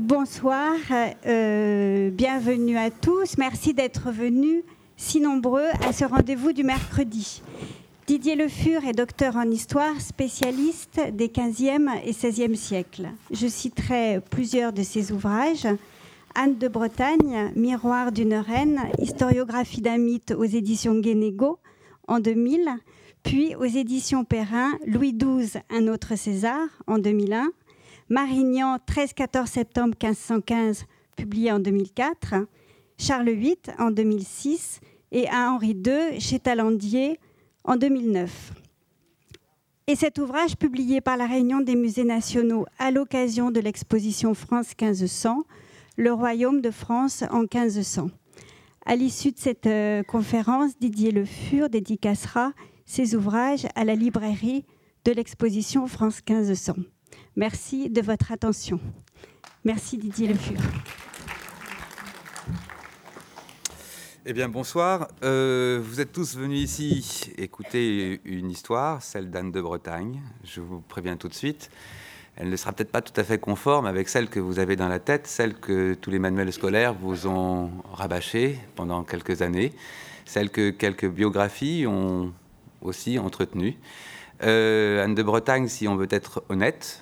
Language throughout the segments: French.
Bonsoir, bienvenue à tous. Merci d'être venus si nombreux à ce rendez-vous du mercredi. Didier Le Fur est docteur en histoire, spécialiste des XVe et XVIe siècles. Je citerai plusieurs de ses ouvrages. Anne de Bretagne, Miroir d'une reine, historiographie d'un mythe aux éditions Guénégaud en 2000, puis aux éditions Perrin, Louis XII, un autre César en 2001, Marignan, 13-14 septembre 1515, publié en 2004, Charles VIII en 2006 et à Henri II chez Talandier en 2009. Et cet ouvrage, publié par la Réunion des musées nationaux à l'occasion de l'exposition France 1500, Le Royaume de France en 1500. À l'issue de cette conférence, Didier Le Fur dédicacera ses ouvrages à la librairie de l'exposition France 1500. Merci de votre attention. Merci Didier Le Fur. Eh bien, bonsoir. Vous êtes tous venus ici écouter une histoire, celle d'Anne de Bretagne. Je vous préviens tout de suite. Elle ne sera peut-être pas tout à fait conforme avec celle que vous avez dans la tête, celle que tous les manuels scolaires vous ont rabâchée pendant quelques années, celle que quelques biographies ont aussi entretenue. Anne de Bretagne, si on veut être honnête,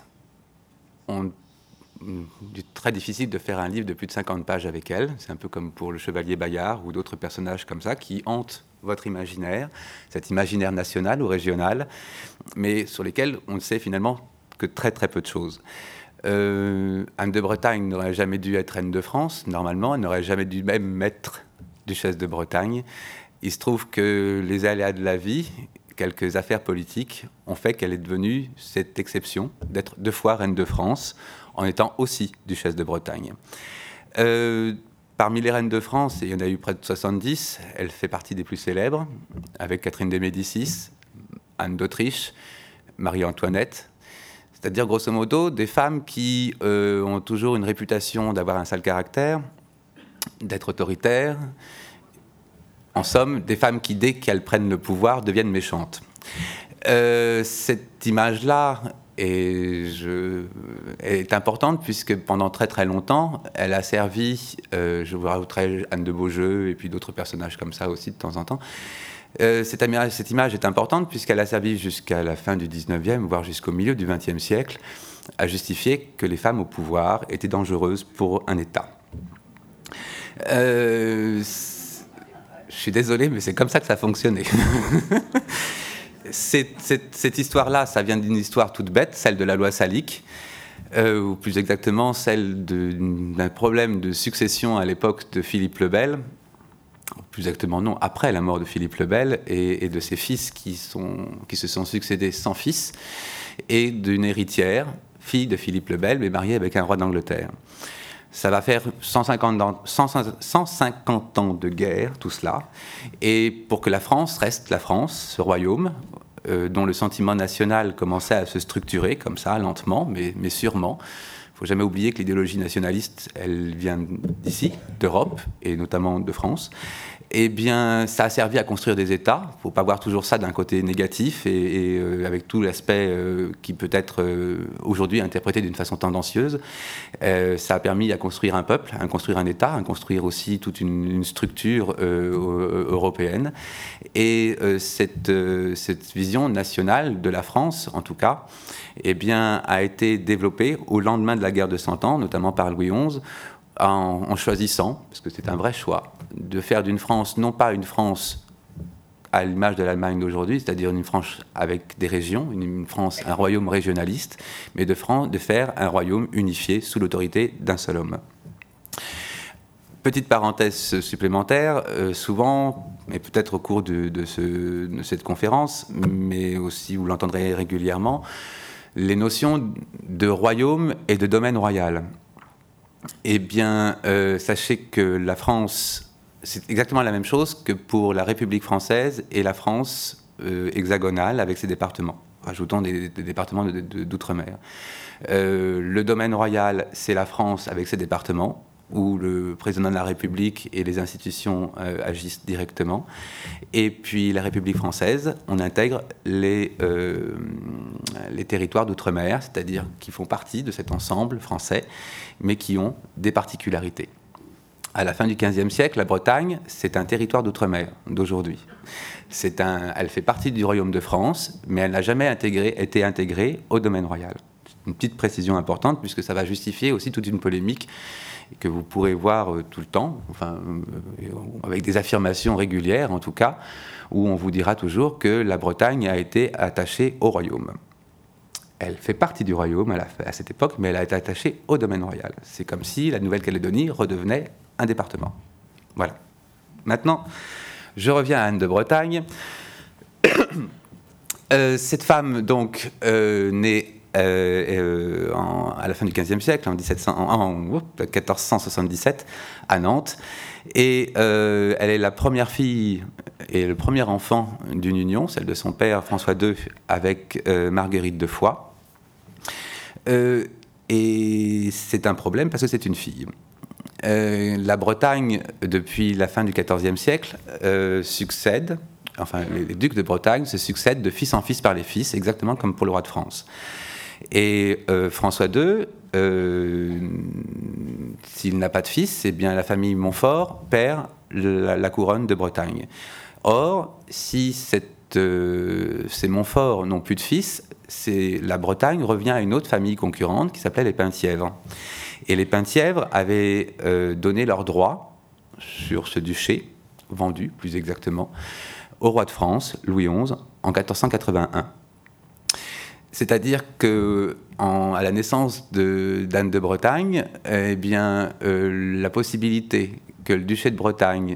très difficile de faire un livre de plus de 50 pages avec elle. C'est un peu comme pour le Chevalier Bayard ou d'autres personnages comme ça qui hantent votre imaginaire, cet imaginaire national ou régional, mais sur lesquels on ne sait finalement que très très peu de choses. Anne de Bretagne n'aurait jamais dû être reine de France, normalement, elle n'aurait jamais dû même être duchesse de Bretagne. Il se trouve que les aléas de la vie, quelques affaires politiques, ont fait qu'elle est devenue cette exception d'être 2 fois reine de France, en étant aussi duchesse de Bretagne. Parmi les reines de France, et il y en a eu près de 70, elle fait partie des plus célèbres, avec Catherine de Médicis, Anne d'Autriche, Marie-Antoinette, c'est-à-dire grosso modo des femmes qui ont toujours une réputation d'avoir un sale caractère, d'être autoritaires, en somme, des femmes qui, dès qu'elles prennent le pouvoir, deviennent méchantes. Cette image-là est importante puisque pendant très très longtemps, elle a servi, je vous rajouterai Anne de Beaujeu et puis d'autres personnages comme ça aussi de temps en temps. Cette image est importante puisqu'elle a servi jusqu'à la fin du 19e, voire jusqu'au milieu du 20e siècle, à justifier que les femmes au pouvoir étaient dangereuses pour un État. Je suis désolé, mais c'est comme ça que ça fonctionnait. Cette histoire-là, ça vient d'une histoire toute bête, celle de la loi salique, ou plus exactement celle d'un problème de succession à l'époque de Philippe le Bel, plus exactement non, après la mort de Philippe le Bel, et de ses fils qui se sont succédés sans fils, et d'une héritière, fille de Philippe le Bel, mais mariée avec un roi d'Angleterre. Ça va faire 150 ans de guerre, tout cela. Et pour que la France reste la France, ce royaume, dont le sentiment national commençait à se structurer comme ça, lentement, mais sûrement. Il ne faut jamais oublier que l'idéologie nationaliste, elle vient d'ici, d'Europe, et notamment de France. Eh bien, ça a servi à construire des États. Il ne faut pas voir toujours ça d'un côté négatif et avec tout l'aspect qui peut être aujourd'hui interprété d'une façon tendancieuse. Ça a permis à construire un peuple, à construire un État, à construire aussi toute une structure européenne. Et cette vision nationale de la France, en tout cas, eh bien, a été développée au lendemain de la guerre de 100 ans, notamment par Louis XI, en choisissant, parce que c'est un vrai choix, de faire d'une France, non pas une France à l'image de l'Allemagne d'aujourd'hui, c'est-à-dire une France avec des régions, une France, un royaume régionaliste, mais de faire un royaume unifié sous l'autorité d'un seul homme. Petite parenthèse supplémentaire, souvent, et peut-être au cours de cette conférence, mais aussi vous l'entendrez régulièrement, les notions de royaume et de domaine royal. Eh bien, sachez que la France, c'est exactement la même chose que pour la République française et la France hexagonale avec ses départements. Rajoutons des départements d'outre-mer. Le domaine royal, c'est la France avec ses départements, où le président de la République et les institutions agissent directement. Et puis la République française, on intègre les territoires d'outre-mer, c'est-à-dire qui font partie de cet ensemble français, mais qui ont des particularités. À la fin du XVe siècle, la Bretagne, c'est un territoire d'outre-mer d'aujourd'hui. Elle fait partie du royaume de France, mais elle n'a jamais été intégrée au domaine royal. C'est une petite précision importante, puisque ça va justifier aussi toute une polémique que vous pourrez voir tout le temps, avec des affirmations régulières en tout cas, où on vous dira toujours que la Bretagne a été attachée au royaume. Elle fait partie du royaume à cette époque, mais elle a été attachée au domaine royal. C'est comme si la Nouvelle-Calédonie redevenait un département. Voilà. Maintenant, je reviens à Anne de Bretagne. Cette femme, donc, née à la fin du XVe siècle, en 1477, à Nantes. Et elle est la première fille et le premier enfant d'une union, celle de son père, François II, avec Marguerite de Foix. Et c'est un problème parce que c'est une fille. La Bretagne, depuis la fin du XIVe siècle, succède, enfin les ducs de Bretagne se succèdent de fils en fils par les fils, exactement comme pour le roi de France. Et François II, s'il n'a pas de fils, eh bien la famille Montfort perd la couronne de Bretagne. Or, si ces Montfort n'ont plus de fils, la Bretagne revient à une autre famille concurrente qui s'appelait les Penthièvre. Et les Penthièvre avaient donné leurs droits sur ce duché, vendu plus exactement, au roi de France, Louis XI, en 1481. C'est-à-dire qu'à la naissance d'Anne de Bretagne, eh bien, la possibilité que le duché de Bretagne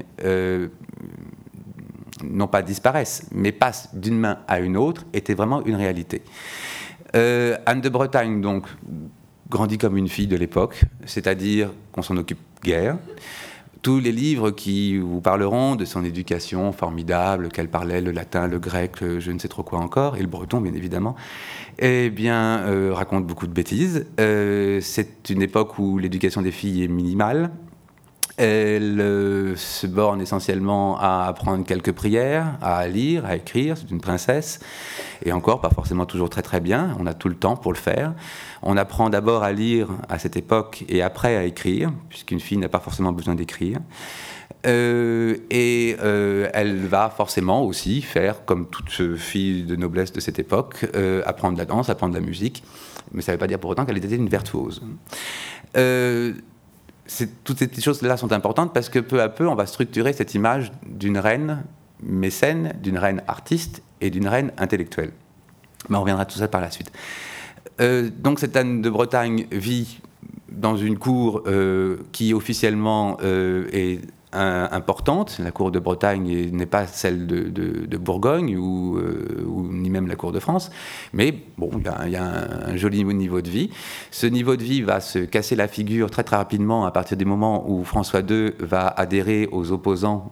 non pas disparaisse, mais passe d'une main à une autre, était vraiment une réalité. Anne de Bretagne, donc, grandit comme une fille de l'époque, c'est-à-dire qu'on s'en occupe guère. Tous les livres qui vous parleront de son éducation formidable, qu'elle parlait le latin, le grec, je ne sais trop quoi encore, et le breton, bien évidemment, eh bien, racontent beaucoup de bêtises. C'est une époque où l'éducation des filles est minimale. Elle se borne essentiellement à apprendre quelques prières, à lire, à écrire. C'est une princesse. Et encore, pas forcément toujours très très bien. On a tout le temps pour le faire. On apprend d'abord à lire à cette époque et après à écrire, puisqu'une fille n'a pas forcément besoin d'écrire. Elle va forcément aussi faire, comme toute fille de noblesse de cette époque, apprendre la danse, apprendre la musique. Mais ça ne veut pas dire pour autant qu'elle était une virtuose. Toutes ces petites choses-là sont importantes parce que peu à peu, on va structurer cette image d'une reine mécène, d'une reine artiste et d'une reine intellectuelle. Mais on reviendra à tout ça par la suite. Donc cette Anne de Bretagne vit dans une cour qui officiellement est importante. La cour de Bretagne n'est pas celle de Bourgogne ou ni même la cour de France, mais bon, il y a un joli niveau de vie. Ce niveau de vie va se casser la figure très très rapidement à partir du moment où François II va adhérer aux opposants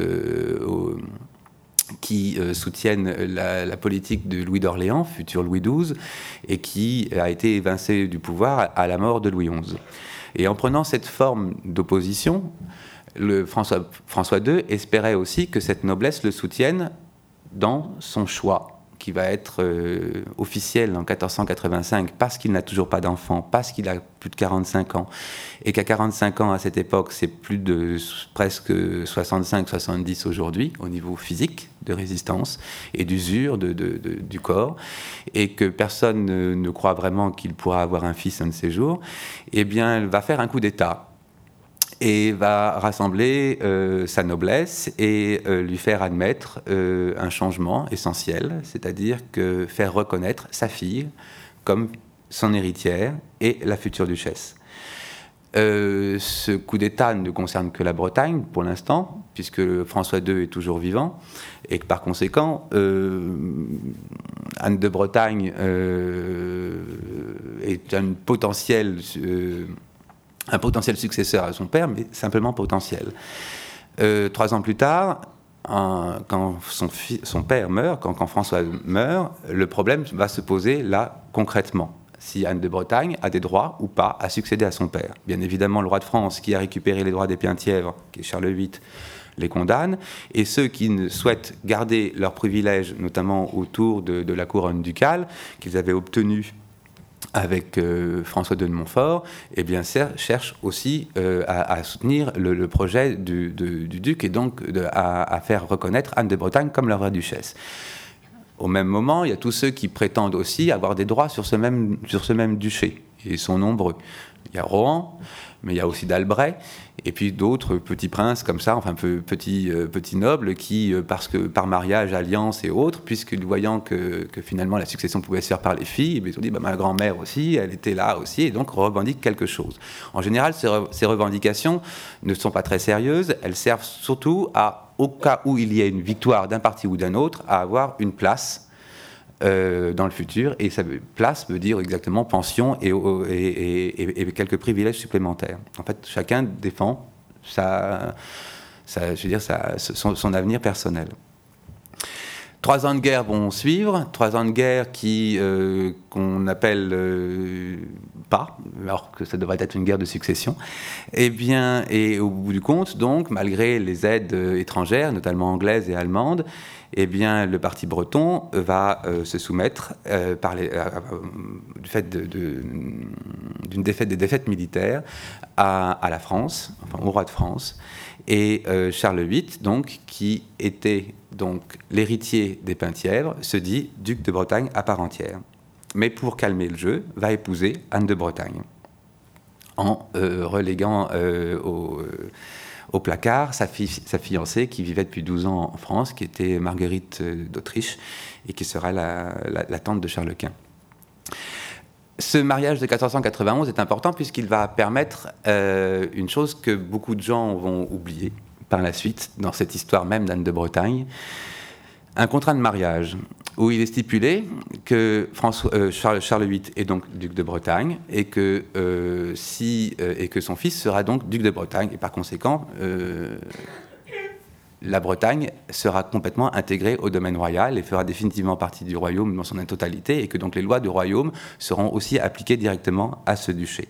qui soutiennent la politique de Louis d'Orléans, futur Louis XII, et qui a été évincé du pouvoir à la mort de Louis XI. Et en prenant cette forme d'opposition, François II espérait aussi que cette noblesse le soutienne dans son choix, qui va être officiel en 1485 parce qu'il n'a toujours pas d'enfant, parce qu'il a plus de 45 ans, et qu'à 45 ans à cette époque, c'est plus de presque 65-70 aujourd'hui, au niveau physique, de résistance et d'usure du corps, et que personne ne croit vraiment qu'il pourra avoir un fils un de ces jours, eh bien, elle va faire un coup d'État et va rassembler sa noblesse et lui faire admettre un changement essentiel, c'est-à-dire que faire reconnaître sa fille comme son héritière et la future duchesse. Ce coup d'État ne concerne que la Bretagne pour l'instant, puisque François II est toujours vivant, et que par conséquent, Anne de Bretagne est un potentiel successeur à son père, mais simplement potentiel. 3 ans plus tard, quand son père meurt, quand François meurt, le problème va se poser là concrètement. si Anne de Bretagne a des droits ou pas à succéder à son père. Bien évidemment, le roi de France, qui a récupéré les droits des Penthièvre, qui est Charles VIII, les condamne, et ceux qui ne souhaitent garder leurs privilèges, notamment autour de la couronne ducale, qu'ils avaient obtenue avec François de Montfort, eh bien, cherchent aussi à soutenir le projet du duc et donc à faire reconnaître Anne de Bretagne comme leur vraie duchesse. Au même moment, il y a tous ceux qui prétendent aussi avoir des droits sur ce même duché, et ils sont nombreux. Il y a Rohan, mais il y a aussi d'Albret, et puis d'autres petits princes comme ça, enfin petits nobles qui, parce que par mariage, alliance et autres, puisque voyant que finalement la succession pouvait se faire par les filles, ils ont dit ma grand-mère aussi, elle était là aussi, et donc revendiquent quelque chose. En général, ces revendications ne sont pas très sérieuses, elles servent surtout au cas où il y a une victoire d'un parti ou d'un autre, à avoir une place dans le futur, et place veut dire exactement pension et quelques privilèges supplémentaires. En fait, chacun défend son avenir personnel. 3 ans de guerre vont suivre, 3 ans de guerre qu'on appelle pas, alors que ça devrait être une guerre de succession. Et au bout du compte, donc, malgré les aides étrangères, notamment anglaises et allemandes, eh bien, le parti breton va se soumettre du fait des défaites militaires à la France, enfin, au roi de France. Et Charles VIII, donc, qui était donc l'héritier des Penthièvre, se dit duc de Bretagne à part entière. Mais pour calmer le jeu, va épouser Anne de Bretagne, en reléguant au placard sa fiancée qui vivait depuis 12 ans en France, qui était Marguerite d'Autriche, et qui sera la tante de Charles Quint. Ce mariage de 1491 est important puisqu'il va permettre une chose que beaucoup de gens vont oublier par la suite, dans cette histoire même d'Anne de Bretagne, un contrat de mariage où il est stipulé que Charles VIII est donc duc de Bretagne et que son fils sera donc duc de Bretagne, et par conséquent la Bretagne sera complètement intégrée au domaine royal et fera définitivement partie du royaume dans son totalité, et que donc les lois du royaume seront aussi appliquées directement à ce duché.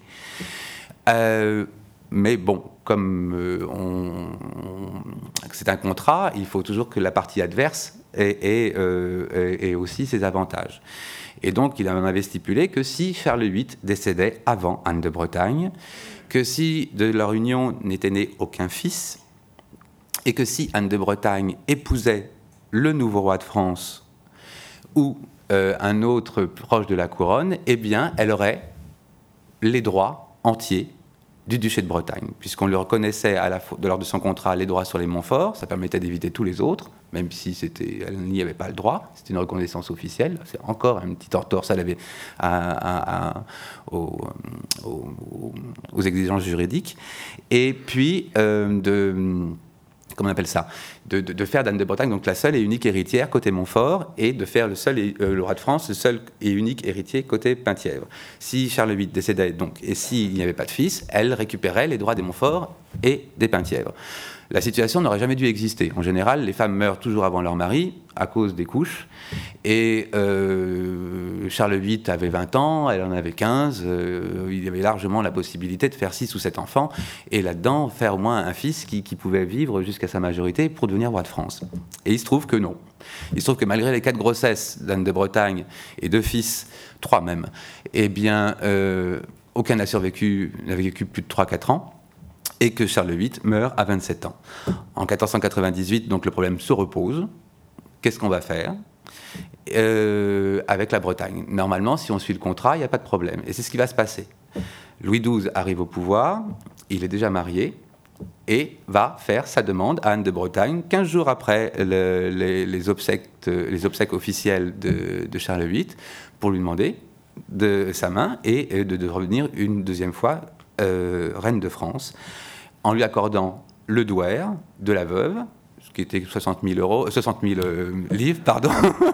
Mais bon, comme c'est un contrat, il faut toujours que la partie adverse ait aussi ses avantages. Et donc, il avait stipulé que si Charles VIII décédait avant Anne de Bretagne, que si de leur union n'était né aucun fils, et que si Anne de Bretagne épousait le nouveau roi de France ou un autre proche de la couronne, eh bien, elle aurait les droits entiers du duché de Bretagne, puisqu'on lui reconnaissait lors de son contrat les droits sur les Montfort. Ça permettait d'éviter tous les autres, même si elle n'y avait pas le droit. C'était une reconnaissance officielle. C'est encore un petit entorse aux exigences juridiques. Et puis comment on appelle ça, de faire d'Anne de Bretagne donc la seule et unique héritière côté Montfort, et de faire le roi de France le seul et unique héritier côté Penthièvre. Si Charles VIII décédait donc, et s'il n'y avait pas de fils, elle récupérait les droits des Montfort et des Penthièvre. La situation n'aurait jamais dû exister. En général, les femmes meurent toujours avant leur mari à cause des couches. Et Charles VIII avait 20 ans, elle en avait 15. Il y avait largement la possibilité de faire 6 ou 7 enfants, et là-dedans faire au moins un fils qui pouvait vivre jusqu'à sa majorité pour devenir roi de France. Et il se trouve que non. Il se trouve que malgré les 4 grossesses d'Anne de Bretagne et 2 fils, 3 même, eh bien, aucun n'avait vécu plus de 3-4 ans. Et que Charles VIII meurt à 27 ans. En 1498, donc le problème se repose. Qu'est-ce qu'on va faire avec la Bretagne? Normalement, si on suit le contrat, il n'y a pas de problème. Et c'est ce qui va se passer. Louis XII arrive au pouvoir, il est déjà marié, et va faire sa demande à Anne de Bretagne 15 jours après les obsèques officielles de Charles VIII, pour lui demander de sa main et de revenir une deuxième fois reine de France, en lui accordant le douaire de la veuve, ce qui était 60 000 livres, pardon,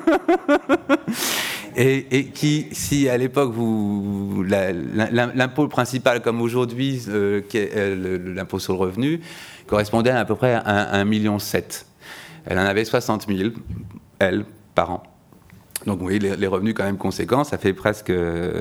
et qui, si à l'époque l'impôt principal comme aujourd'hui, qui est l'impôt sur le revenu, correspondait à peu près à 1,7 million. Elle en avait 60 000, elle, par an. Donc vous voyez, les revenus quand même conséquents, ça fait presque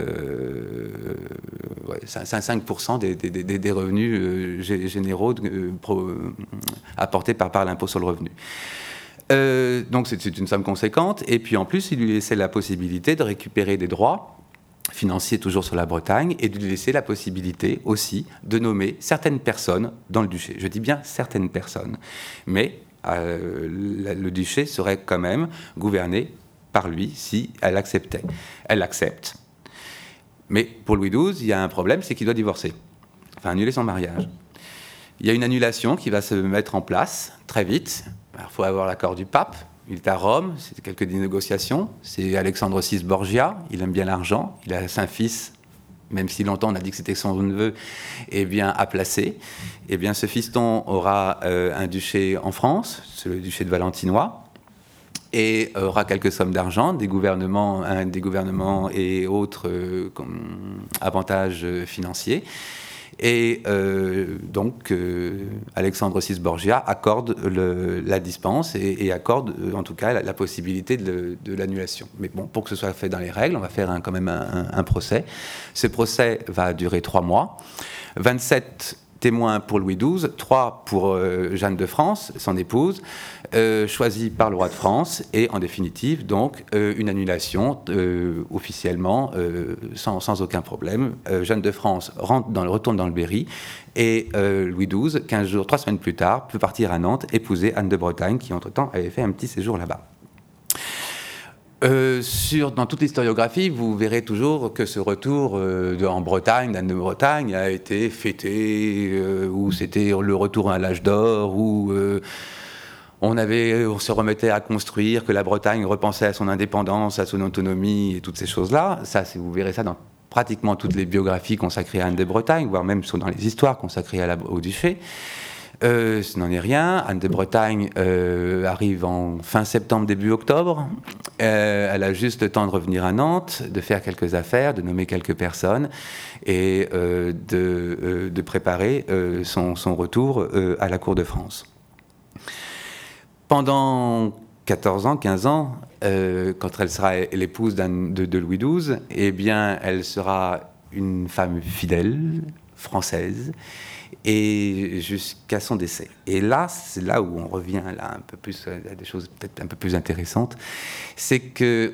5% des revenus généraux apportés par l'impôt sur le revenu. Donc c'est une somme conséquente, et puis en plus il lui laissait la possibilité de récupérer des droits financiers toujours sur la Bretagne, et de lui laisser la possibilité aussi de nommer certaines personnes dans le duché. Je dis bien certaines personnes, mais le duché serait quand même gouverné par lui si elle acceptait. Elle accepte. Mais pour Louis XII, il y a un problème, c'est qu'il doit divorcer, enfin annuler son mariage. Il y a une annulation qui va se mettre en place très vite. Il faut avoir l'accord du pape. Il est à Rome, c'est quelques négociations. C'est Alexandre VI Borgia, il aime bien l'argent. Il a un fils, même si longtemps on a dit que c'était son neveu, à placer. Ce fiston aura un duché en France, c'est le duché de Valentinois, et aura quelques sommes d'argent, des gouvernements et autres avantages financiers. Et donc, Alexandre VI Borgia accorde la dispense et accorde, en tout cas, la possibilité de l'annulation. Mais bon, pour que ce soit fait dans les règles, on va faire quand même un procès. Ce procès va durer 3 mois. 27 témoins pour Louis XII, 3 pour Jeanne de France, son épouse, choisie par le roi de France, et en définitive, donc, une annulation officiellement, sans aucun problème. Jeanne de France retourne dans le Berry, et Louis XII, 3 semaines plus tard, peut partir à Nantes, épouser Anne de Bretagne, qui entre-temps avait fait un petit séjour là-bas. Dans toute l'historiographie, vous verrez toujours que ce retour en Bretagne, d'Anne de Bretagne, a été fêté, où c'était le retour à l'âge d'or, où on se remettait à construire, que la Bretagne repensait à son indépendance, à son autonomie et toutes ces choses-là. Ça, vous verrez ça dans pratiquement toutes les biographies consacrées à Anne de Bretagne, voire même dans les histoires consacrées au duché. Ce n'en est rien. Anne de Bretagne arrive en fin septembre, début octobre. Elle a juste le temps de revenir à Nantes, de faire quelques affaires, de nommer quelques personnes et de préparer son retour à la cour de France. Pendant 14 ans, 15 ans, quand elle sera l'épouse de Louis XII, elle sera une femme fidèle, française, et jusqu'à son décès. Et là, c'est là où on revient un peu plus à des choses peut-être un peu plus intéressantes, c'est que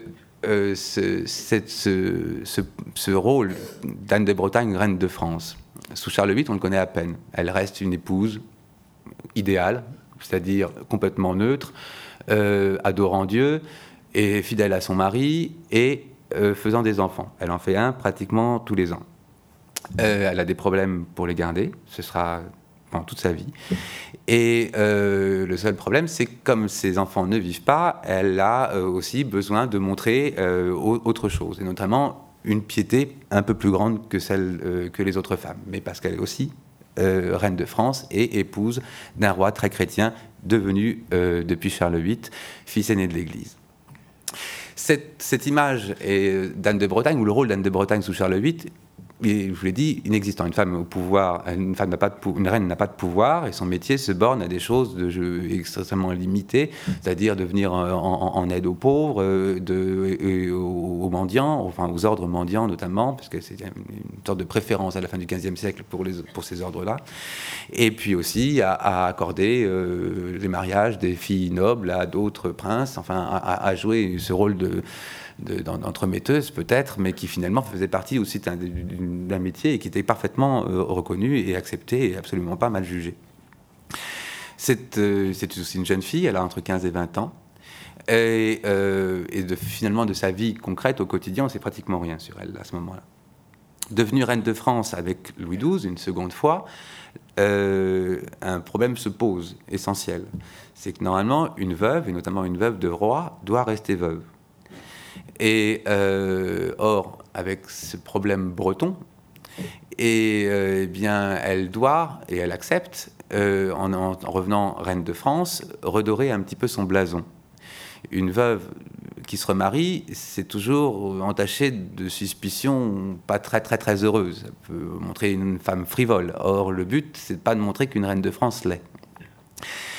ce rôle d'Anne de Bretagne, reine de France, sous Charles VIII, on le connaît à peine. Elle reste une épouse idéale, c'est-à-dire complètement neutre, adorant Dieu, et fidèle à son mari, et faisant des enfants. Elle en fait un pratiquement tous les ans. Elle a des problèmes pour les garder, ce sera pendant toute sa vie. Et le seul problème, c'est que comme ses enfants ne vivent pas, elle a aussi besoin de montrer autre chose, et notamment une piété un peu plus grande que celle que les autres femmes, mais parce qu'elle est aussi reine de France et épouse d'un roi très chrétien devenu, depuis Charles VIII, fils aîné de l'Église. Cette image d'Anne de Bretagne, ou le rôle d'Anne de Bretagne sous Charles VIII, je vous l'ai dit, inexistant. Une femme au pouvoir, une reine n'a pas de pouvoir, et son métier se borne à des choses extrêmement limitées, c'est-à-dire de venir en aide aux pauvres, aux mendiants, enfin aux ordres mendiants notamment, parce que c'est une sorte de préférence à la fin du XVe siècle pour ces ordres-là, et puis aussi à accorder les mariages des filles nobles à d'autres princes, enfin à jouer ce rôle d'entremetteuse peut-être, mais qui finalement faisait partie aussi d'un métier et qui était parfaitement reconnu et accepté et absolument pas mal jugé. C'est aussi une jeune fille, elle a entre 15 et 20 ans, et finalement de sa vie concrète au quotidien, on ne sait pratiquement rien sur elle à ce moment-là. Devenue reine de France avec Louis XII une seconde fois, un problème se pose essentiel. C'est que normalement une veuve, et notamment une veuve de roi, doit rester veuve. Et or, avec ce problème breton, elle doit, et elle accepte, en revenant reine de France, redorer un petit peu son blason. Une veuve qui se remarie, c'est toujours entaché de suspicions pas très très très heureuses. Ça peut montrer une femme frivole. Or, le but, c'est pas de montrer qu'une reine de France l'est.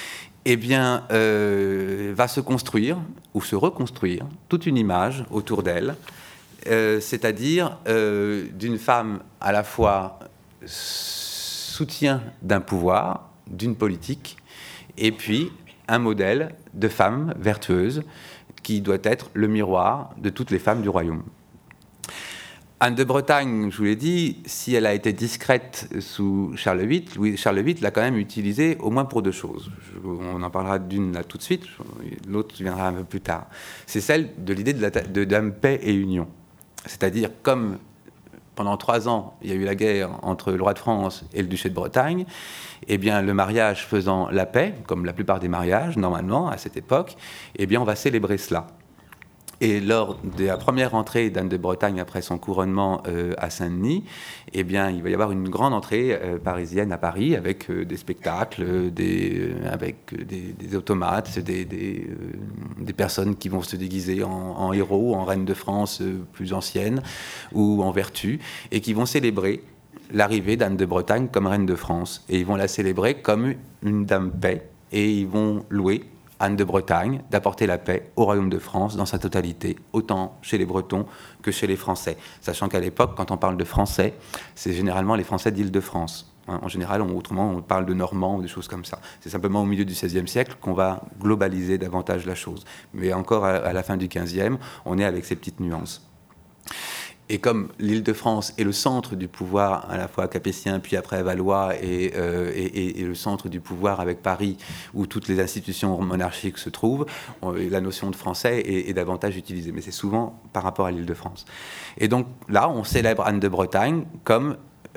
va se construire ou se reconstruire toute une image autour d'elle, c'est-à-dire d'une femme à la fois soutien d'un pouvoir, d'une politique, et puis un modèle de femme vertueuse qui doit être le miroir de toutes les femmes du royaume. Anne de Bretagne, je vous l'ai dit, si elle a été discrète sous Charles VIII, Charles VIII l'a quand même utilisée au moins pour deux choses. On en parlera d'une là tout de suite, l'autre viendra un peu plus tard. C'est celle de l'idée de dame paix et union. C'est-à-dire, comme pendant 3 ans, il y a eu la guerre entre le roi de France et le duché de Bretagne, eh bien, le mariage faisant la paix, comme la plupart des mariages, normalement, à cette époque, eh bien, on va célébrer cela. Et lors de la première entrée d'Anne de Bretagne après son couronnement à Saint-Denis, eh bien, il va y avoir une grande entrée parisienne à Paris avec des spectacles, avec des automates, des personnes qui vont se déguiser en héros, en reine de France plus ancienne ou en vertu, et qui vont célébrer l'arrivée d'Anne de Bretagne comme reine de France. Et ils vont la célébrer comme une dame paix, et ils vont louer Anne de Bretagne d'apporter la paix au royaume de France dans sa totalité, autant chez les Bretons que chez les Français. Sachant qu'à l'époque, quand on parle de Français, c'est généralement les Français d'Île-de-France. En général, autrement, on parle de Normands ou des choses comme ça. C'est simplement au milieu du XVIe siècle qu'on va globaliser davantage la chose. Mais encore à la fin du XVe, on est avec ces petites nuances. Et comme l'Île-de-France est le centre du pouvoir, à la fois capétien, puis après valois, et le centre du pouvoir avec Paris, où toutes les institutions monarchiques se trouvent, la notion de français est davantage utilisée. Mais c'est souvent par rapport à l'Île-de-France. Et donc là, on célèbre Anne de Bretagne comme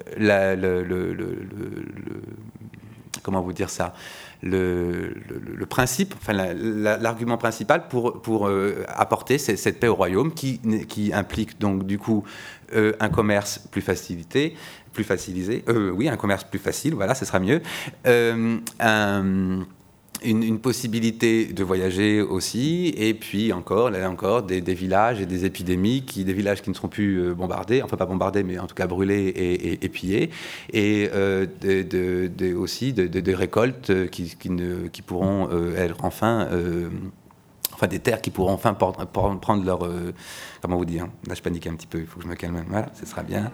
comment vous dire ça, le principe, enfin l'argument principal pour apporter cette paix au royaume qui implique donc du coup un commerce plus facilisé, un commerce plus facile, voilà, ce sera mieux, une possibilité de voyager aussi, et puis encore des villages et des épidémies, des villages qui ne seront plus bombardés, enfin pas bombardés, mais en tout cas brûlés et pillés, et aussi des récoltes qui pourront être enfin... Enfin, des terres qui pourront enfin prendre leur... comment vous dire, là je panique un petit peu, il faut que je me calme, voilà, ce sera bien.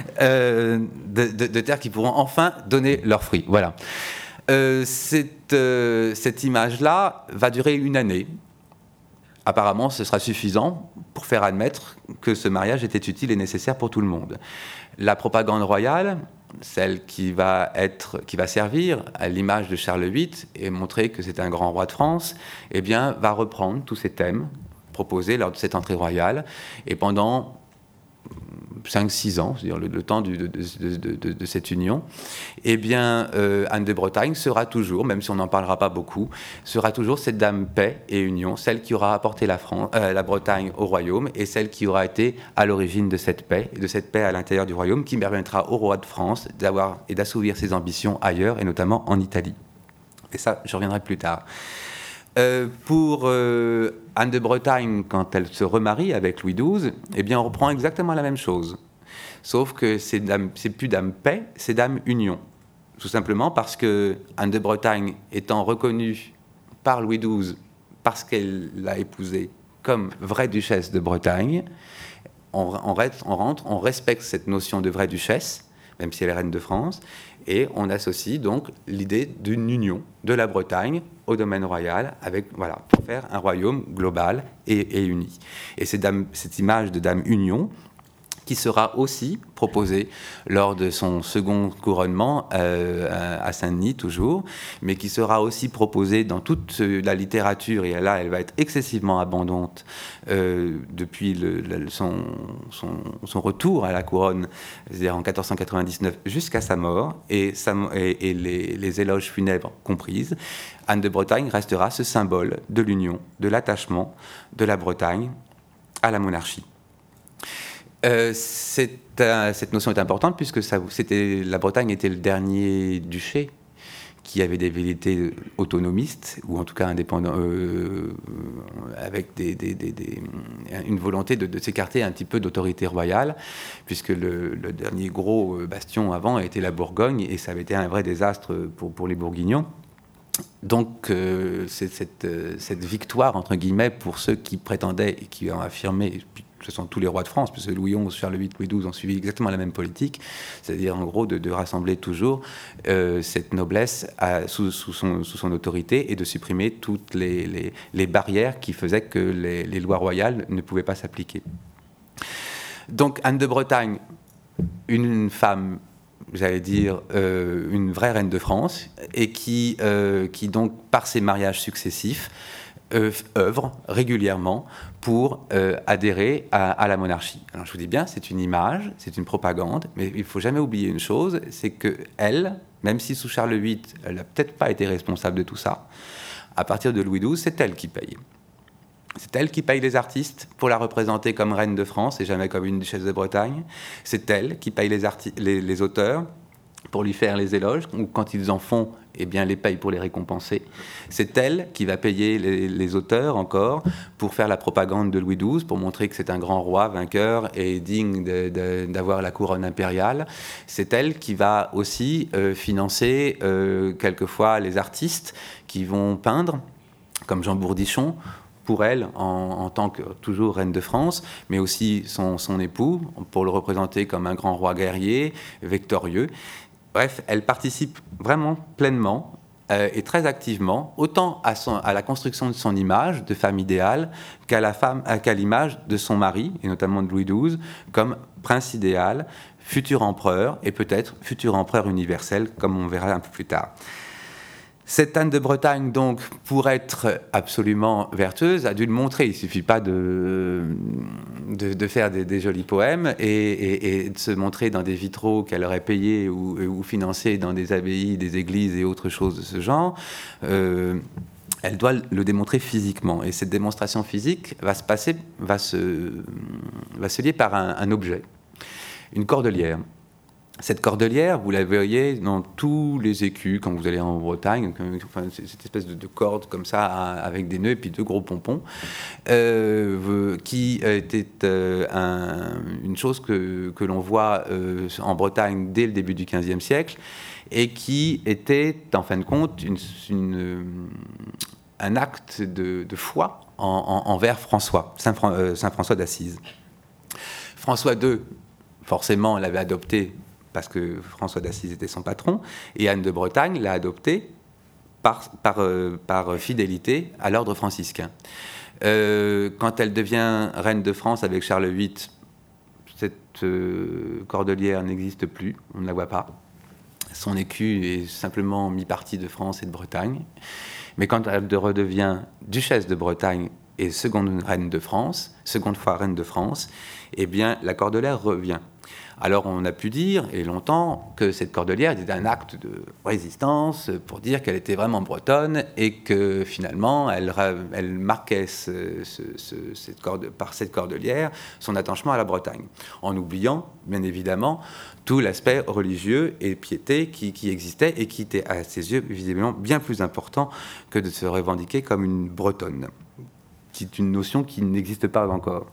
De terres qui pourront enfin donner leurs fruits, voilà. Cette image-là va durer 1 année. Apparemment, ce sera suffisant pour faire admettre que ce mariage était utile et nécessaire pour tout le monde. La propagande royale, celle qui va servir à l'image de Charles VIII et montrer que c'est un grand roi de France, eh bien, va reprendre tous ces thèmes proposés lors de cette entrée royale. Et pendant 5-6 ans, c'est-à-dire le temps de cette union, eh bien, Anne de Bretagne sera toujours, même si on n'en parlera pas beaucoup, sera toujours cette dame paix et union, celle qui aura apporté la Bretagne au royaume et celle qui aura été à l'origine de cette paix à l'intérieur du royaume, qui permettra au roi de France d'avoir et d'assouvir ses ambitions ailleurs, et notamment en Italie. Et ça, je reviendrai plus tard. Pour Anne de Bretagne, quand elle se remarie avec Louis XII, eh bien, on reprend exactement la même chose. Sauf que c'est plus dame paix, c'est dame union. Tout simplement parce que Anne de Bretagne étant reconnue par Louis XII, parce qu'elle l'a épousée comme vraie duchesse de Bretagne, on respecte cette notion de vraie duchesse, même si elle est reine de France, et on associe donc l'idée d'une union de la Bretagne au domaine royal, pour faire un royaume global et uni. Et cette image de dame union, qui sera aussi proposée lors de son second couronnement à Saint-Denis toujours, mais qui sera aussi proposée dans toute la littérature, et là elle va être excessivement abondante depuis son retour à la couronne, c'est-à-dire en 1499 jusqu'à sa mort, et les éloges funèbres comprises. Anne de Bretagne restera ce symbole de l'union, de l'attachement de la Bretagne à la monarchie. Cette notion est importante puisque la Bretagne était le dernier duché qui avait des velléités autonomistes, ou en tout cas indépendants, avec une volonté de s'écarter un petit peu d'autorité royale, puisque le dernier gros bastion avant était la Bourgogne, et ça avait été un vrai désastre pour les Bourguignons. Donc, c'est cette victoire, entre guillemets, pour ceux qui prétendaient et qui ont affirmé, ce sont tous les rois de France, parce que Louis XI, Charles VIII, Louis XII ont suivi exactement la même politique, c'est-à-dire en gros de rassembler toujours cette noblesse sous son autorité et de supprimer toutes les barrières qui faisaient que les lois royales ne pouvaient pas s'appliquer. Donc Anne de Bretagne, une femme, j'allais dire, une vraie reine de France, et qui donc, par ses mariages successifs, œuvre régulièrement pour adhérer à la monarchie. Alors je vous dis bien, c'est une image, c'est une propagande, mais il ne faut jamais oublier une chose, c'est qu'elle, même si sous Charles VIII, elle n'a peut-être pas été responsable de tout ça, à partir de Louis XII, c'est elle qui paye. C'est elle qui paye les artistes pour la représenter comme reine de France et jamais comme une duchesse de Bretagne. C'est elle qui paye les auteurs pour lui faire les éloges, ou quand ils en font, eh bien, les paye pour les récompenser. C'est elle qui va payer les auteurs encore pour faire la propagande de Louis XII, pour montrer que c'est un grand roi vainqueur et digne d'avoir la couronne impériale. C'est elle qui va aussi financer quelquefois les artistes qui vont peindre, comme Jean Bourdichon, pour elle, en tant que toujours reine de France, mais aussi son époux, pour le représenter comme un grand roi guerrier, victorieux. Bref, elle participe vraiment pleinement et très activement, autant à la construction de son image de femme idéale qu'à l'image de son mari, et notamment de Louis XII, comme prince idéal, futur empereur, et peut-être futur empereur universel, comme on verra un peu plus tard. Cette Anne de Bretagne, donc, pour être absolument vertueuse, a dû le montrer. Il ne suffit pas de faire des jolis poèmes et de se montrer dans des vitraux qu'elle aurait payés ou financés dans des abbayes, des églises et autres choses de ce genre. Elle doit le démontrer physiquement. Et cette démonstration physique va se lier par un objet, une cordelière. Cette cordelière, vous la voyez dans tous les écus quand vous allez en Bretagne, enfin, cette espèce de corde comme ça avec des nœuds et puis deux gros pompons, qui était une chose que l'on voit en Bretagne dès le début du XVe siècle et qui était en fin de compte un acte de foi envers Saint François d'Assise. François II, forcément, l'avait adopté parce que François d'Assise était son patron, et Anne de Bretagne l'a adopté par fidélité à l'ordre franciscain. Quand elle devient reine de France avec Charles VIII, cette cordelière n'existe plus, on ne la voit pas. Son écu est simplement mi-parti de France et de Bretagne. Mais quand elle redevient duchesse de Bretagne et seconde fois reine de France, eh bien, la cordelière revient. Alors on a pu dire, et longtemps, que cette cordelière était un acte de résistance pour dire qu'elle était vraiment bretonne et que finalement elle marquait par cette cordelière son attachement à la Bretagne, en oubliant bien évidemment tout l'aspect religieux et piété qui existait et qui était à ses yeux visiblement bien plus important que de se revendiquer comme une bretonne. C'est une notion qui n'existe pas encore.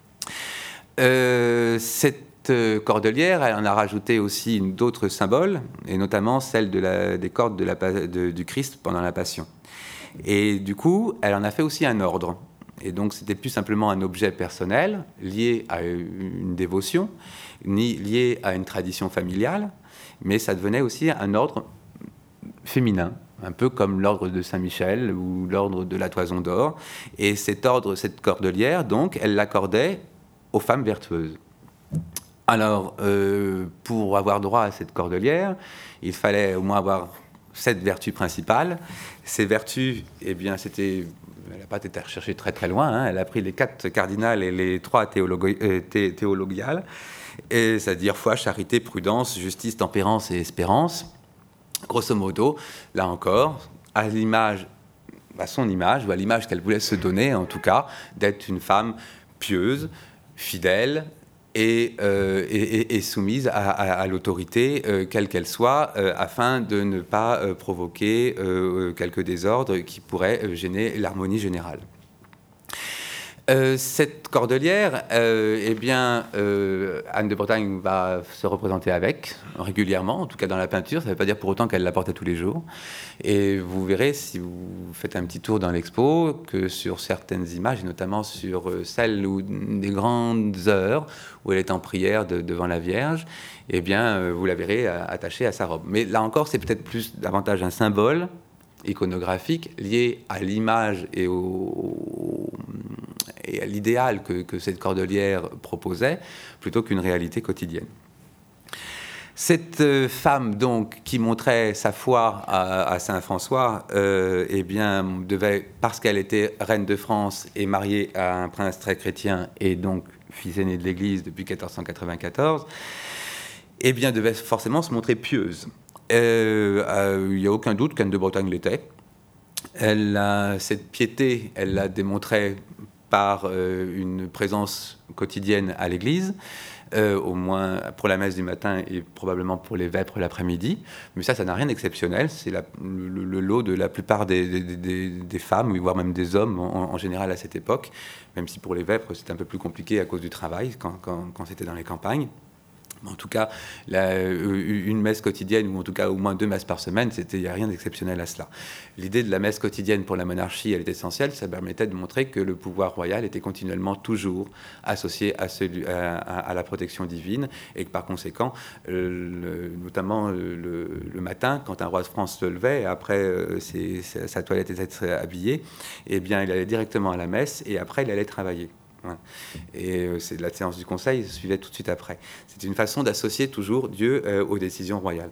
Cette cordelière, elle en a rajouté aussi d'autres symboles, et notamment celle des cordes du Christ pendant la Passion. Et du coup, elle en a fait aussi un ordre. Et donc, c'était plus simplement un objet personnel lié à une dévotion, ni lié à une tradition familiale, mais ça devenait aussi un ordre féminin, un peu comme l'ordre de Saint-Michel ou l'ordre de la Toison d'Or. Et cet ordre, cette cordelière, donc, elle l'accordait aux femmes vertueuses. Alors, pour avoir droit à cette cordelière, il fallait au moins avoir 7 vertus principales. Ces vertus, eh bien, elle n'a pas été cherchée très très loin, hein. Elle a pris les 4 cardinales et les 3 théologiales, c'est-à-dire foi, charité, prudence, justice, tempérance et espérance. Grosso modo, là encore, à son image, ou à l'image qu'elle voulait se donner, en tout cas, d'être une femme pieuse, fidèle, et soumise à l'autorité, quelle qu'elle soit, afin de ne pas provoquer quelques désordres qui pourraient gêner l'harmonie générale. Cette cordelière, eh bien, Anne de Bretagne va se représenter avec régulièrement, en tout cas dans la peinture. Ça ne veut pas dire pour autant qu'elle la porte tous les jours. Et vous verrez, si vous faites un petit tour dans l'expo, que sur certaines images, et notamment sur celle des grandes heures où elle est en prière devant la Vierge, eh bien, vous la verrez attachée à sa robe. Mais là encore, c'est peut-être plus davantage un symbole iconographique lié à l'image et à l'idéal que cette cordelière proposait, plutôt qu'une réalité quotidienne. Cette femme, donc, qui montrait sa foi à Saint-François, eh bien, devait, parce qu'elle était reine de France et mariée à un prince très chrétien, et donc fils aîné de l'Église depuis 1494, eh bien, devait forcément se montrer pieuse. Il n'y a aucun doute qu'Anne de Bretagne l'était. Cette piété, elle l'a démontrée par une présence quotidienne à l'église, au moins pour la messe du matin et probablement pour les vêpres l'après-midi. Mais ça n'a rien d'exceptionnel. C'est le lot de la plupart des femmes, voire même des hommes en général à cette époque, même si pour les vêpres c'était un peu plus compliqué à cause du travail quand c'était dans les campagnes. En tout cas, une messe quotidienne, ou en tout cas au moins 2 messes par semaine, il n'y a rien d'exceptionnel à cela. L'idée de la messe quotidienne pour la monarchie, elle est essentielle. Ça permettait de montrer que le pouvoir royal était continuellement toujours associé à la protection divine, et que par conséquent, notamment le matin, quand un roi de France se levait, après sa toilette était habillée, eh bien, il allait directement à la messe, et après, il allait travailler. Et la séance du conseil suivait tout de suite après. C'est une façon d'associer toujours Dieu aux décisions royales.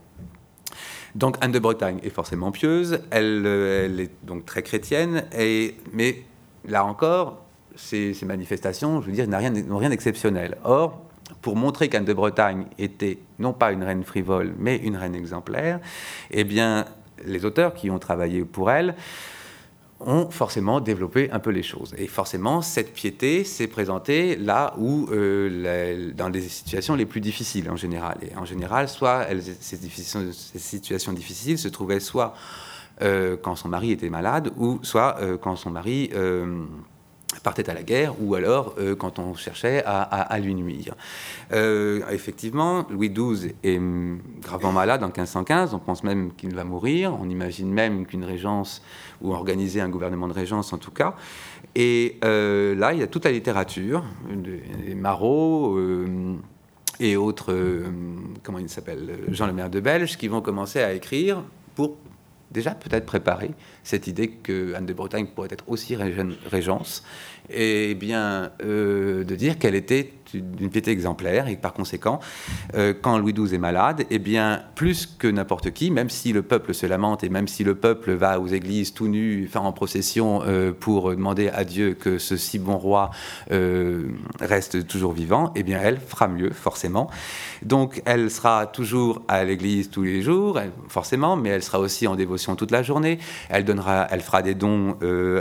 Donc Anne de Bretagne est forcément pieuse, elle est donc très chrétienne, mais là encore, ces manifestations, je veux dire, n'ont rien d'exceptionnel. Or, pour montrer qu'Anne de Bretagne était non pas une reine frivole, mais une reine exemplaire, eh bien, les auteurs qui ont travaillé pour elle ont forcément développé un peu les choses. Et forcément, cette piété s'est présentée là où, dans les situations les plus difficiles en général. Et en général, soit ces situations difficiles se trouvaient soit quand son mari était malade, ou soit quand son mari partait à la guerre, ou alors quand on cherchait à lui nuire. Effectivement, Louis XII est gravement malade en 1515, on pense même qu'il va mourir, on imagine même qu'une régence, ou organiser un gouvernement de régence en tout cas, et là il y a toute la littérature, des Marot et autres, comment il s'appelle, Jean le Maire de Belge, qui vont commencer à écrire pour déjà peut-être préparer cette idée que Anne de Bretagne pourrait être aussi régence, et bien de dire qu'elle était d'une piété exemplaire, et par conséquent, quand Louis XII est malade, eh bien plus que n'importe qui, même si le peuple se lamente et même si le peuple va aux églises tout nu, faire en procession pour demander à Dieu que ce si bon roi reste toujours vivant, eh bien elle fera mieux forcément. Donc elle sera toujours à l'église tous les jours, forcément, mais elle sera aussi en dévotion toute la journée. Elle fera des dons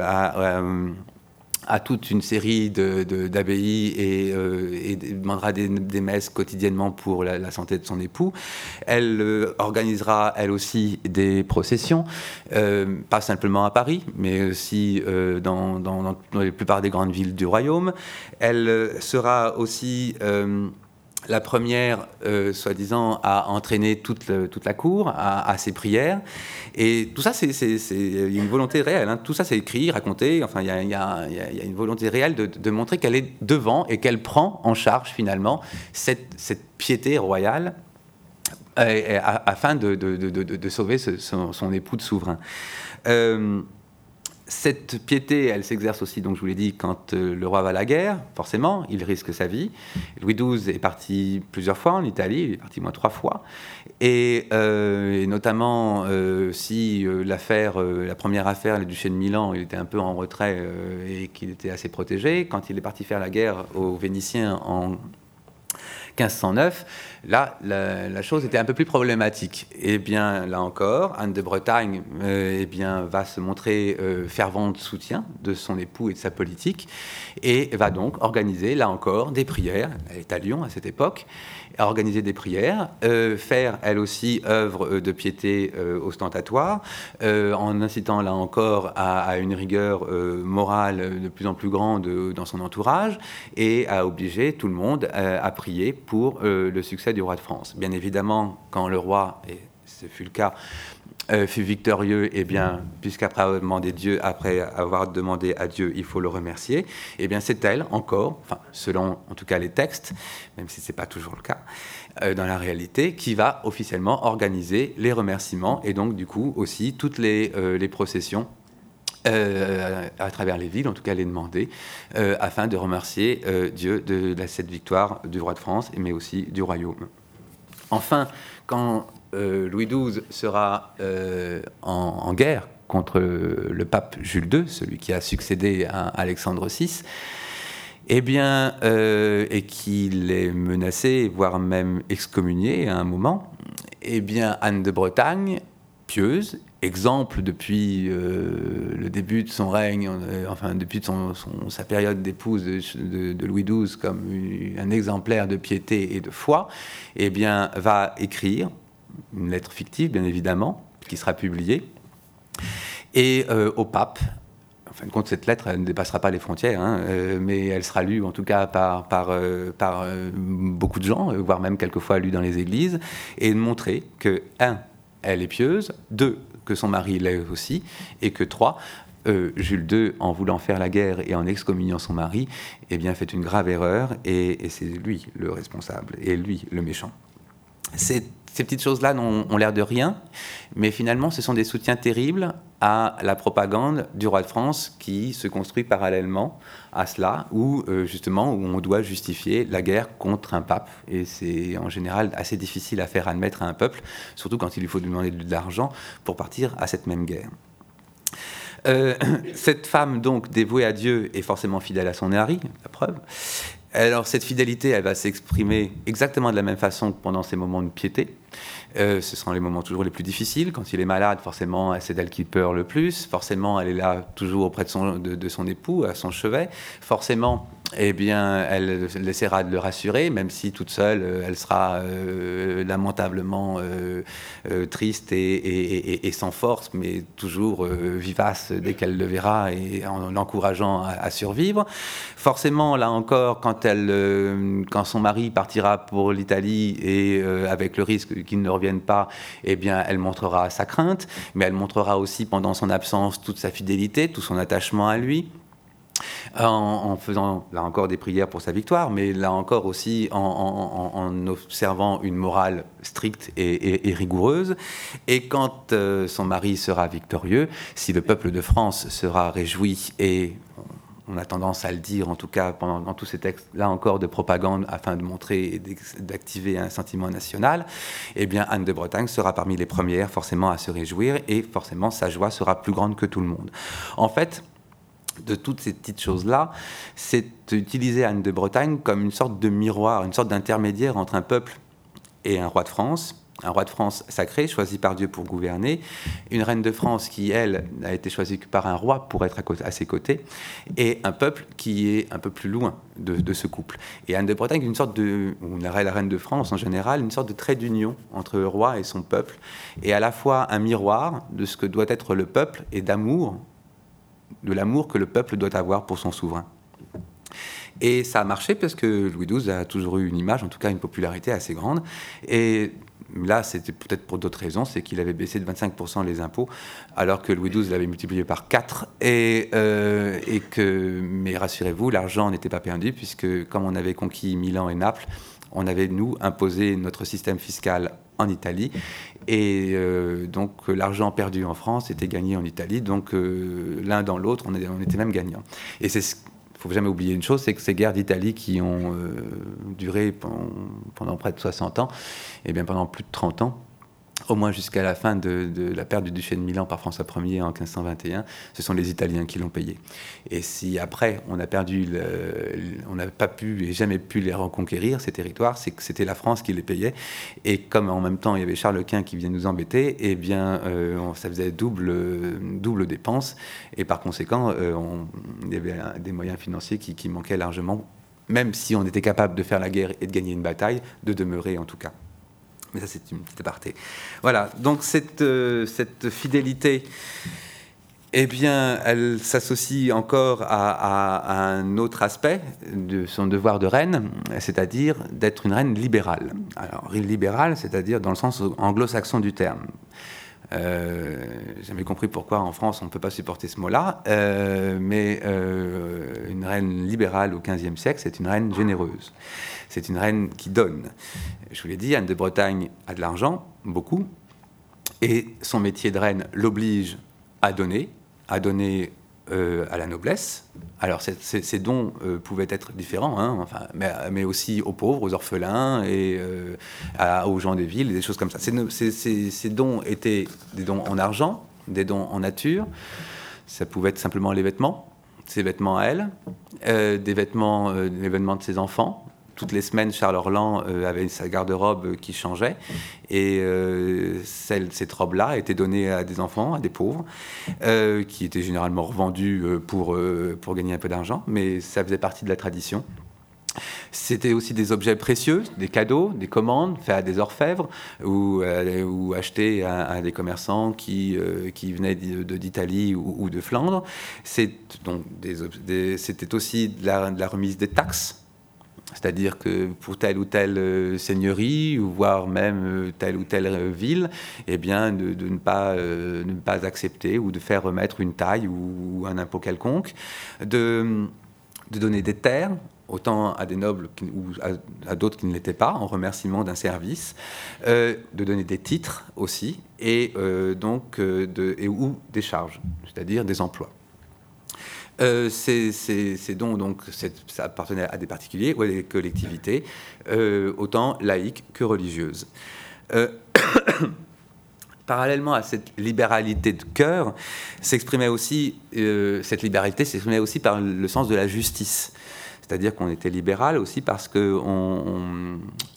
à toute une série d'abbayes et demandera des messes quotidiennement pour la santé de son époux. Elle organisera, elle aussi, des processions, pas simplement à Paris, mais aussi dans la plupart des grandes villes du royaume. Elle sera aussi la première, soi-disant, à entraîner toute la cour à ses prières. Et tout ça, il y a une volonté réelle. Hein. Tout ça, c'est écrit, raconté. Enfin, il y a une volonté réelle de montrer qu'elle est devant et qu'elle prend en charge, finalement, cette piété royale afin de sauver son époux de souverain. Cette piété, elle s'exerce aussi, donc je vous l'ai dit, quand le roi va à la guerre, forcément, il risque sa vie. Louis XII est parti plusieurs fois en Italie, il est parti moins 3 fois. Et notamment, si la première affaire, le duché de Milan, il était un peu en retrait et qu'il était assez protégé, quand il est parti faire la guerre aux Vénitiens en 1509, là, la chose était un peu plus problématique. Eh bien, là encore, Anne de Bretagne va se montrer fervente soutien de son époux et de sa politique, et va donc organiser, là encore, des prières. Elle est à Lyon à cette époque, à organiser des prières, faire, elle aussi, œuvre de piété ostentatoire, en incitant, là encore, à une rigueur morale de plus en plus grande dans son entourage, et à obliger tout le monde à prier pour le succès du roi de France. Bien évidemment, quand le roi, et ce fut le cas, fut victorieux, eh bien, puisqu'après avoir demandé à Dieu, il faut le remercier, eh bien, c'est elle encore, enfin, selon en tout cas les textes, même si ce n'est pas toujours le cas, dans la réalité, qui va officiellement organiser les remerciements et donc, du coup, aussi toutes les processions à travers les villes, en tout cas les demander, afin de remercier Dieu de cette victoire du roi de France, mais aussi du royaume. Enfin, quand Louis XII sera en guerre contre le pape Jules II, celui qui a succédé à Alexandre VI, eh bien, et qu'il est menacé, voire même excommunié à un moment, eh bien, Anne de Bretagne, pieuse, exemple depuis le début de son règne, depuis sa période d'épouse de Louis XII, comme un exemplaire de piété et de foi, eh bien, va écrire une lettre fictive, bien évidemment, qui sera publiée, et au pape. En fin de compte, cette lettre, elle ne dépassera pas les frontières, mais elle sera lue, en tout cas, par beaucoup de gens, voire même quelquefois lue dans les églises, et de montrer que, 1, elle est pieuse, 2, que son mari l'est aussi, et que 3, Jules II, en voulant faire la guerre et en excommuniant son mari, eh bien, fait une grave erreur, et c'est lui le responsable, et lui le méchant. Ces petites choses-là ont l'air de rien, mais finalement, ce sont des soutiens terribles à la propagande du roi de France qui se construit parallèlement à cela, où on doit justifier la guerre contre un pape. Et c'est en général assez difficile à faire admettre à un peuple, surtout quand il lui faut demander de l'argent pour partir à cette même guerre. Cette femme, donc, dévouée à Dieu, est forcément fidèle à son mari, la preuve. Alors, cette fidélité, elle va s'exprimer exactement de la même façon que pendant ces moments de piété. Ce sont les moments toujours les plus difficiles. Quand il est malade, forcément, c'est d'elle qui pleure le plus. Forcément, elle est là toujours auprès de son époux, à son chevet. Forcément, eh bien, elle essaiera de le rassurer, même si toute seule, elle sera lamentablement triste et sans force, mais toujours vivace dès qu'elle le verra et en l'encourageant à survivre. Forcément, là encore, quand son mari partira pour l'Italie et avec le risque qu'il ne revienne pas, eh bien, elle montrera sa crainte, mais elle montrera aussi pendant son absence toute sa fidélité, tout son attachement à lui. En faisant, là encore, des prières pour sa victoire, mais là encore aussi en observant une morale stricte et rigoureuse. Et quand son mari sera victorieux, si le peuple de France sera réjoui, et on a tendance à le dire, en tout cas, dans tous ces textes, là encore, de propagande, afin de montrer et d'activer un sentiment national, eh bien, Anne de Bretagne sera parmi les premières, forcément, à se réjouir, et forcément, sa joie sera plus grande que tout le monde. En fait, de toutes ces petites choses-là, c'est d'utiliser Anne de Bretagne comme une sorte de miroir, une sorte d'intermédiaire entre un peuple et un roi de France sacré, choisi par Dieu pour gouverner, une reine de France qui, elle, a été choisie par un roi pour être à ses côtés, et un peuple qui est un peu plus loin de ce couple. Et Anne de Bretagne, la reine de France en général, une sorte de trait d'union entre le roi et son peuple, et à la fois un miroir de ce que doit être le peuple et de l'amour que le peuple doit avoir pour son souverain. Et ça a marché parce que Louis XII a toujours eu une image, en tout cas une popularité assez grande. Et là, c'était peut-être pour d'autres raisons, c'est qu'il avait baissé de 25% les impôts, alors que Louis XII l'avait multiplié par 4. Mais rassurez-vous, l'argent n'était pas perdu, puisque comme on avait conquis Milan et Naples, on avait, nous, imposé notre système fiscal en Italie, et donc l'argent perdu en France était gagné en Italie, donc l'un dans l'autre, on était même gagnants. Et il ne faut jamais oublier une chose, c'est que ces guerres d'Italie qui ont duré pendant près de 60 ans, et bien pendant plus de 30 ans, au moins jusqu'à la fin de la perte du duché de Milan par François Ier en 1521, ce sont les Italiens qui l'ont payé. Et si après on n'a pas pu et jamais pu les reconquérir, ces territoires, c'est que c'était la France qui les payait. Et comme en même temps il y avait Charles Quint qui venait nous embêter, eh bien ça faisait double dépense. Et par conséquent, il y avait des moyens financiers qui manquaient largement, même si on était capable de faire la guerre et de gagner une bataille, de demeurer en tout cas. Mais ça, c'est une petite aparté. Voilà, donc cette fidélité, eh bien, elle s'associe encore à un autre aspect de son devoir de reine, c'est-à-dire d'être une reine libérale. Alors, libérale, c'est-à-dire dans le sens anglo-saxon du terme. J'ai jamais compris pourquoi en France on ne peut pas supporter ce mot-là, mais une reine libérale au XVe siècle, c'est une reine généreuse. C'est une reine qui donne. Je vous l'ai dit, Anne de Bretagne a de l'argent, beaucoup, et son métier de reine l'oblige à donner à la noblesse. Alors ces dons pouvaient être différents, hein, enfin, mais aussi aux pauvres, aux orphelins et aux gens des villes, des choses comme ça. Ces dons étaient des dons en argent, des dons en nature. Ça pouvait être simplement les vêtements, ses vêtements à elle, des vêtements de ses enfants. Toutes les semaines, Charles Orlan avait sa garde-robe qui changeait. Et cette robe-là était donnée à des enfants, à des pauvres, qui étaient généralement revendus pour gagner un peu d'argent. Mais ça faisait partie de la tradition. C'était aussi des objets précieux, des cadeaux, des commandes faits à des orfèvres ou achetés à des commerçants qui venaient d'Italie ou de Flandre. C'était aussi de la remise des taxes. C'est-à-dire que pour telle ou telle seigneurie, voire même telle ou telle ville, eh bien, de ne pas accepter ou de faire remettre une taille ou un impôt quelconque, de donner des terres, autant à des nobles ou à d'autres qui ne l'étaient pas, en remerciement d'un service, de donner des titres aussi, et ou des charges, c'est-à-dire des emplois. Ces dons, donc, ça appartenait à des particuliers ou à des collectivités, autant laïques que religieuses. Parallèlement à cette libéralité de cœur, cette libéralité s'exprimait aussi par le sens de la justice. C'est-à-dire qu'on était libéral aussi parce qu'on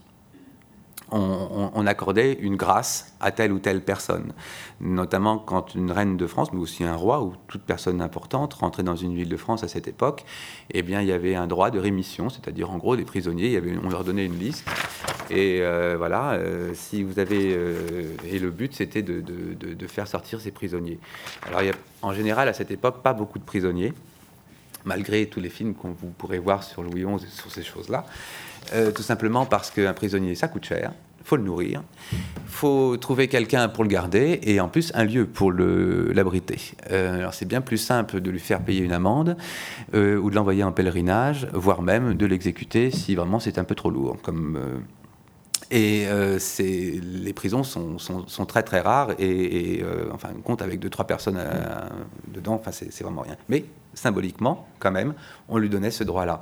accordait une grâce à telle ou telle personne. Notamment quand une reine de France, mais aussi un roi ou toute personne importante rentrait dans une ville de France à cette époque, eh bien, il y avait un droit de rémission, c'est-à-dire en gros des prisonniers, on leur donnait une liste. Et si vous avez... et le but, c'était de faire sortir ces prisonniers. Alors, il y a en général, à cette époque, pas beaucoup de prisonniers, malgré tous les films que vous pourrez voir sur Louis XI et sur ces choses-là. Tout simplement parce qu'un prisonnier, ça coûte cher, il faut le nourrir, il faut trouver quelqu'un pour le garder et en plus un lieu pour l'abriter. Alors c'est bien plus simple de lui faire payer une amende ou de l'envoyer en pèlerinage, voire même de l'exécuter si vraiment c'est un peu trop lourd. Les prisons sont très très rares et on compte avec 2-3 personnes dedans, enfin c'est vraiment rien. Mais symboliquement, quand même, on lui donnait ce droit-là.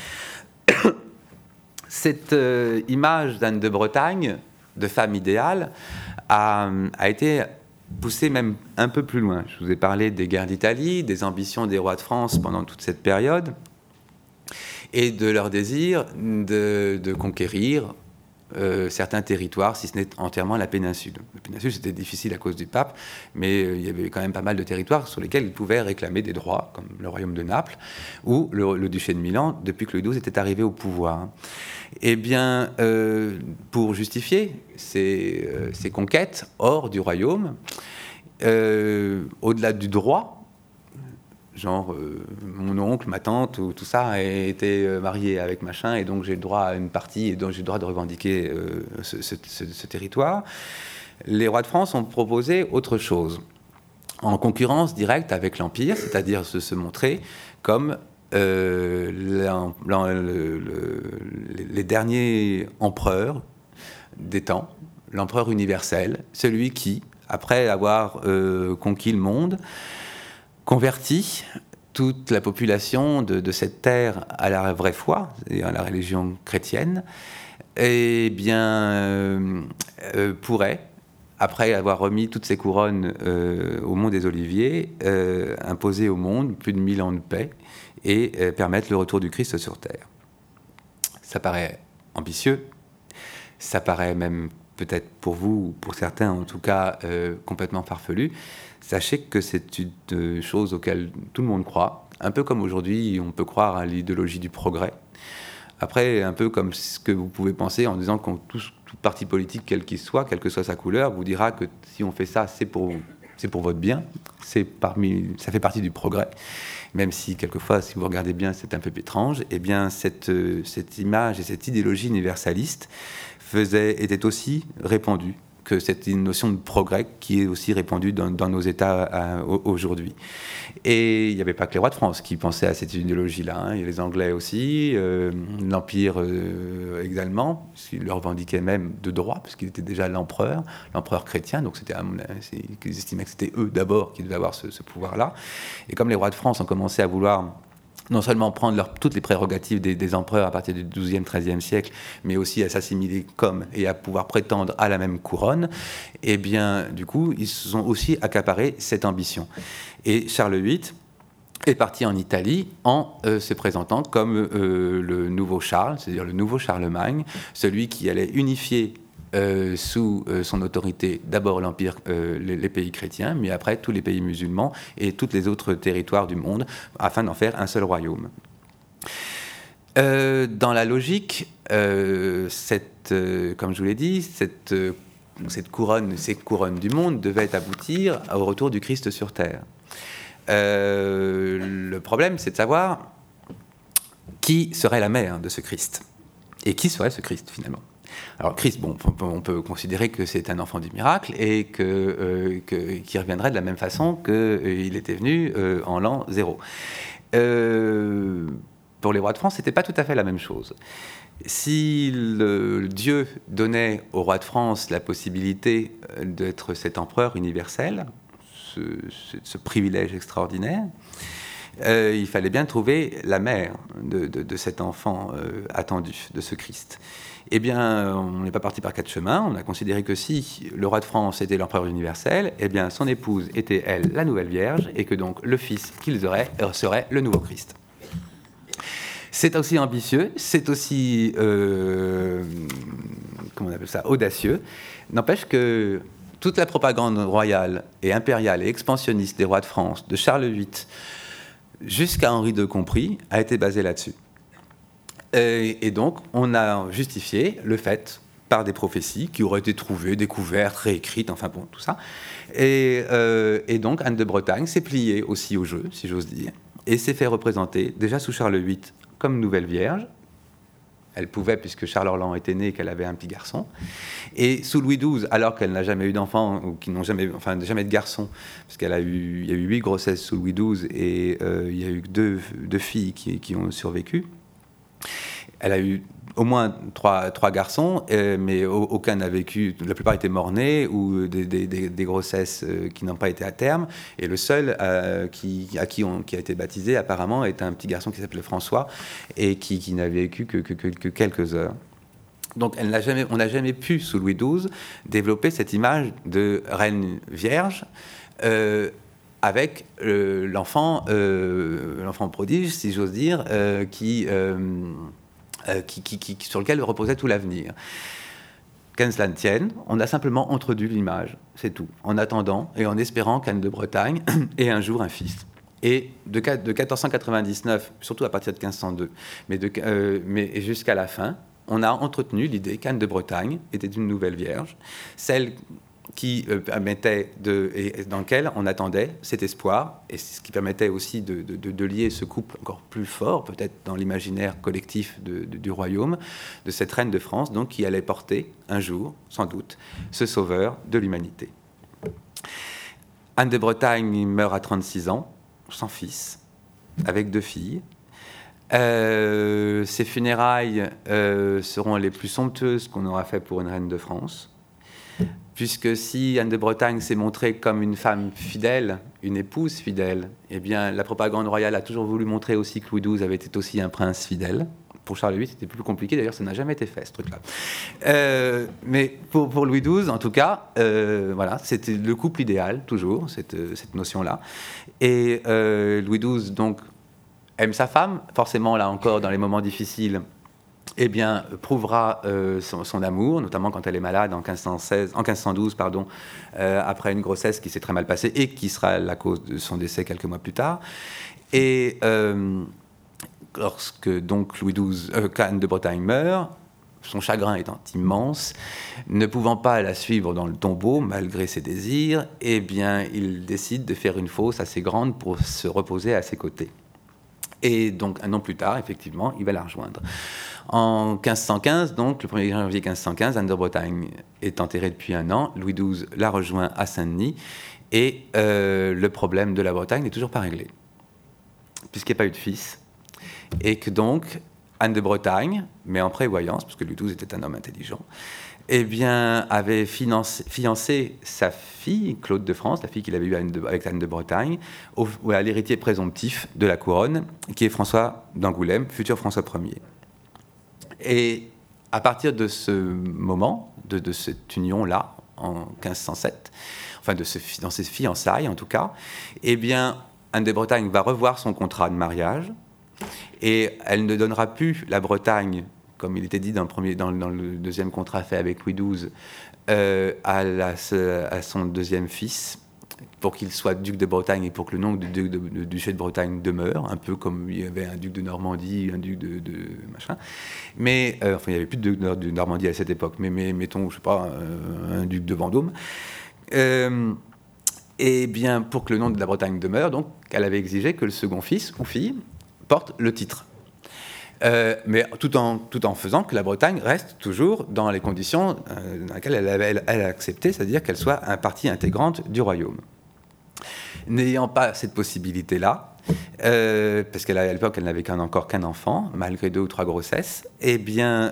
Cette image d'Anne de Bretagne, de femme idéale, a été poussée même un peu plus loin. Je vous ai parlé des guerres d'Italie, des ambitions des rois de France pendant toute cette période, et de leur désir de conquérir certains territoires, si ce n'est entièrement la péninsule. La péninsule, c'était difficile à cause du pape, mais il y avait quand même pas mal de territoires sur lesquels ils pouvaient réclamer des droits, comme le royaume de Naples ou le duché de Milan, depuis que Louis XII était arrivé au pouvoir. Eh bien, pour justifier ces conquêtes hors du royaume, au-delà du droit, genre mon oncle, ma tante, tout ça a été marié avec machin, et donc j'ai le droit à une partie, et donc j'ai le droit de revendiquer ce territoire. Les rois de France ont proposé autre chose, en concurrence directe avec l'Empire, c'est-à-dire se montrer comme les derniers empereurs des temps, l'empereur universel, celui qui, après avoir conquis le monde, convertit toute la population de cette terre à la vraie foi, et à la religion chrétienne, eh bien, pourrait après avoir remis toutes ses couronnes au mont des Oliviers, imposer au monde plus de 1000 ans de paix et permettre le retour du Christ sur terre. Ça paraît ambitieux, ça paraît même peut-être pour vous, ou pour certains en tout cas, complètement farfelu. Sachez que c'est une chose auquel tout le monde croit, un peu comme aujourd'hui on peut croire à l'idéologie du progrès. Après, un peu comme ce que vous pouvez penser en disant que tout parti politique, quel qu'il soit, quelle que soit sa couleur, vous dira que si on fait ça, c'est pour votre bien, ça fait partie du progrès. Même si, quelquefois, si vous regardez bien, c'est un peu étrange, eh bien, cette image et cette idéologie universaliste était aussi répandue que cette notion de progrès qui est aussi répandue dans nos États aujourd'hui. Et il n'y avait pas que les rois de France qui pensaient à cette idéologie-là, hein. Il y a les Anglais aussi, l'Empire également, qui le revendiquait même de droit, parce qu'il était déjà l'empereur chrétien, donc ils estimaient que c'était eux d'abord qui devaient avoir ce pouvoir-là. Et comme les rois de France ont commencé à vouloir non seulement prendre toutes les prérogatives des empereurs à partir du XIIe, XIIIe siècle, mais aussi à s'assimiler comme et à pouvoir prétendre à la même couronne, eh bien, du coup, ils se sont aussi accaparés cette ambition. Et Charles VIII est parti en Italie en se présentant comme le nouveau Charles, c'est-à-dire le nouveau Charlemagne, celui qui allait unifier sous son autorité, d'abord l'Empire, les pays chrétiens, mais après tous les pays musulmans et tous les autres territoires du monde, afin d'en faire un seul royaume. Dans la logique, comme je vous l'ai dit, ces couronnes du monde devaient aboutir au retour du Christ sur terre. Le problème, c'est de savoir qui serait la mère de ce Christ, et qui serait ce Christ finalement. Alors Christ, on peut considérer que c'est un enfant du miracle et qu'il reviendrait de la même façon qu'il était venu en l'an 0. Pour les rois de France, c'était pas tout à fait la même chose. Si Dieu donnait au roi de France la possibilité d'être cet empereur universel, ce privilège extraordinaire, il fallait bien trouver la mère de cet enfant attendu, de ce Christ. Eh bien, on n'est pas parti par quatre chemins. On a considéré que si le roi de France était l'empereur universel, eh bien, son épouse était, elle, la nouvelle Vierge, et que donc le fils qu'ils auraient serait le nouveau Christ. C'est aussi ambitieux, c'est aussi, comment on appelle ça, audacieux. N'empêche que toute la propagande royale et impériale et expansionniste des rois de France, de Charles VIII, jusqu'à Henri II compris, a été basée là-dessus. Et donc, on a justifié le fait par des prophéties qui auraient été trouvées, découvertes, réécrites, enfin bon, tout ça. Et donc, Anne de Bretagne s'est pliée aussi au jeu, si j'ose dire, et s'est fait représenter, déjà sous Charles VIII, comme nouvelle Vierge. Elle pouvait, puisque Charles Orlan était né, qu'elle avait un petit garçon. Et sous Louis XII, alors qu'elle n'a jamais eu d'enfant, ou qui n'ont jamais de garçon, parce il y a eu 8 grossesses sous Louis XII, et il y a eu deux filles qui ont survécu. Elle a eu au moins trois garçons, mais aucun n'a vécu. La plupart étaient morts-nés ou des grossesses qui n'ont pas été à terme. Et le seul qui a été baptisé, apparemment, est un petit garçon qui s'appelait François et qui n'a vécu que quelques heures. Donc on n'a jamais pu, sous Louis XII, développer cette image de reine vierge avec l'enfant prodige, si j'ose dire, sur lequel reposait tout l'avenir. Qu'à cela ne tienne, on a simplement introduit l'image, c'est tout, en attendant et en espérant qu'Anne de Bretagne ait un jour un fils. Et de 1499, surtout à partir de 1502, mais jusqu'à la fin, on a entretenu l'idée qu'Anne de Bretagne était une nouvelle vierge, celle qui permettait et dans lequel on attendait cet espoir, et ce qui permettait aussi de lier ce couple encore plus fort, peut-être dans l'imaginaire collectif du royaume, de cette reine de France, donc qui allait porter un jour, sans doute, ce sauveur de l'humanité. Anne de Bretagne meurt à 36 ans, sans fils, avec 2 filles. Ses funérailles seront les plus somptueuses qu'on aura fait pour une reine de France, puisque si Anne de Bretagne s'est montrée comme une femme fidèle, une épouse fidèle, eh bien la propagande royale a toujours voulu montrer aussi que Louis XII avait été aussi un prince fidèle, Pour Charles VIII, c'était plus compliqué. D'ailleurs, ça n'a jamais été fait, ce truc-là. Mais pour Louis XII, en tout cas, voilà, c'était le couple idéal, toujours, cette notion-là. Et Louis XII, donc, aime sa femme. Forcément, là encore, dans les moments difficiles, eh bien, prouvera son amour, notamment quand elle est malade en 1512, après une grossesse qui s'est très mal passée et qui sera la cause de son décès quelques mois plus tard. Et lorsque donc Anne de Bretagne meurt, son chagrin étant immense, ne pouvant pas la suivre dans le tombeau malgré ses désirs, eh bien, il décide de faire une fosse assez grande pour se reposer à ses côtés. Et donc, un an plus tard, effectivement, il va la rejoindre. En 1515, donc, le 1er janvier 1515, Anne de Bretagne est enterrée depuis un an. Louis XII la rejoint à Saint-Denis. Et le problème de la Bretagne n'est toujours pas réglé, puisqu'il n'y a pas eu de fils. Et que donc, Anne de Bretagne, mais en prévoyance, parce que Louis XII était un homme intelligent, eh bien, avait fiancé sa fille, Claude de France, la fille qu'il avait eue avec Anne de Bretagne, à l'héritier présomptif de la couronne, qui est François d'Angoulême, futur François Ier. Et à partir de ce moment, de cette union-là, en 1507, enfin dans ces fiançailles en tout cas, eh bien, Anne de Bretagne va revoir son contrat de mariage, et elle ne donnera plus la Bretagne, comme il était dit dans le deuxième contrat fait avec Louis XII, à son deuxième fils, pour qu'il soit duc de Bretagne et pour que le nom du duché de Bretagne demeure, un peu comme il y avait un duc de Normandie, un duc de machin. Mais, enfin, il n'y avait plus de duc de Normandie à cette époque, mais mettons, je sais pas, un duc de Vendôme. Et bien, pour que le nom de la Bretagne demeure, donc, elle avait exigé que le second fils ou fille porte le titre. Mais tout en faisant que la Bretagne reste toujours dans les conditions dans lesquelles elle a accepté, c'est-à-dire qu'elle soit une partie intégrante du royaume. N'ayant pas cette possibilité-là, parce qu'à l'époque, elle n'avait encore qu'un enfant, malgré 2 ou 3 grossesses, eh bien,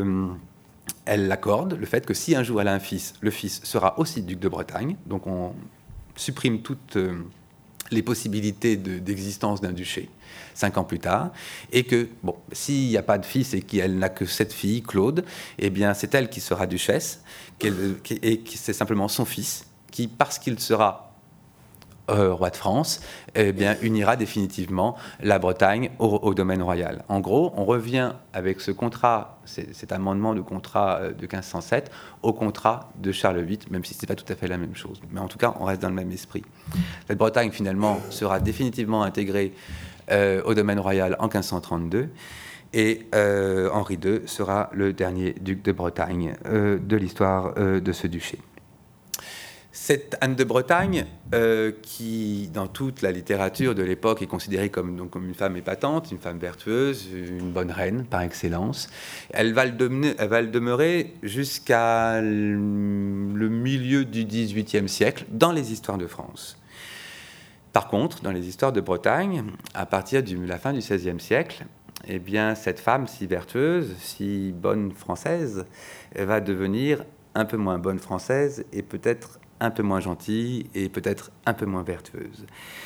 elle accorde le fait que si un jour elle a un fils, le fils sera aussi duc de Bretagne, donc on supprime toutes les possibilités d'existence d'un duché 5 ans plus tard, et que, bon, s'il n'y a pas de fils et qu'elle n'a que cette fille, Claude, eh bien, c'est elle qui sera duchesse, et c'est simplement son fils qui, parce qu'il sera roi de France, eh bien, unira définitivement la Bretagne au domaine royal. En gros, on revient avec ce contrat, cet amendement de contrat de 1507, au contrat de Charles VIII, même si ce n'est pas tout à fait la même chose. Mais en tout cas, on reste dans le même esprit. La Bretagne, finalement, sera définitivement intégrée au domaine royal en 1532, et Henri II sera le dernier duc de Bretagne de l'histoire de ce duché. Cette Anne de Bretagne, qui, dans toute la littérature de l'époque, est considérée comme une femme épatante, une femme vertueuse, une bonne reine par excellence, elle va le demeurer jusqu'à le milieu du XVIIIe siècle dans les histoires de France. Par contre, dans les histoires de Bretagne, à partir de la fin du XVIe siècle, eh bien, cette femme si vertueuse, si bonne française, va devenir un peu moins bonne française et peut-être un peu moins gentille et peut-être un peu moins vertueuse.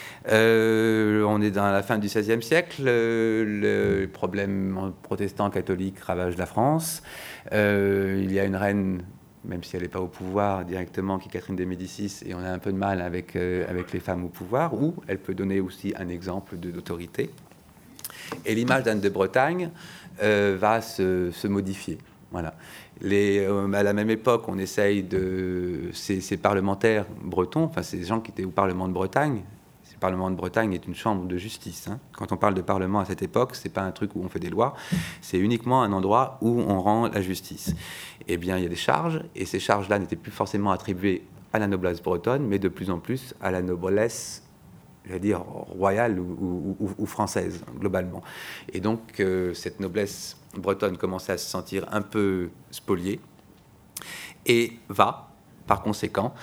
On est dans la fin du XVIe siècle, le problème protestant catholique ravage la France. Il y a une reine, même si elle n'est pas au pouvoir directement, qui est Catherine de Médicis, et on a un peu de mal avec les femmes au pouvoir, où elle peut donner aussi un exemple d'autorité. Et l'image d'Anne de Bretagne va se modifier. Voilà. À la même époque, on essaye ces parlementaires bretons, enfin ces gens qui étaient au Parlement de Bretagne. Le Parlement de Bretagne est une chambre de justice. Hein. Quand on parle de Parlement à cette époque, c'est pas un truc où on fait des lois, c'est uniquement un endroit où on rend la justice. Eh bien, il y a des charges, et ces charges-là n'étaient plus forcément attribuées à la noblesse bretonne, mais de plus en plus à la noblesse, je veux dire, royale ou française, globalement. Et donc, cette noblesse bretonne commençait à se sentir un peu spoliée et va, par conséquent,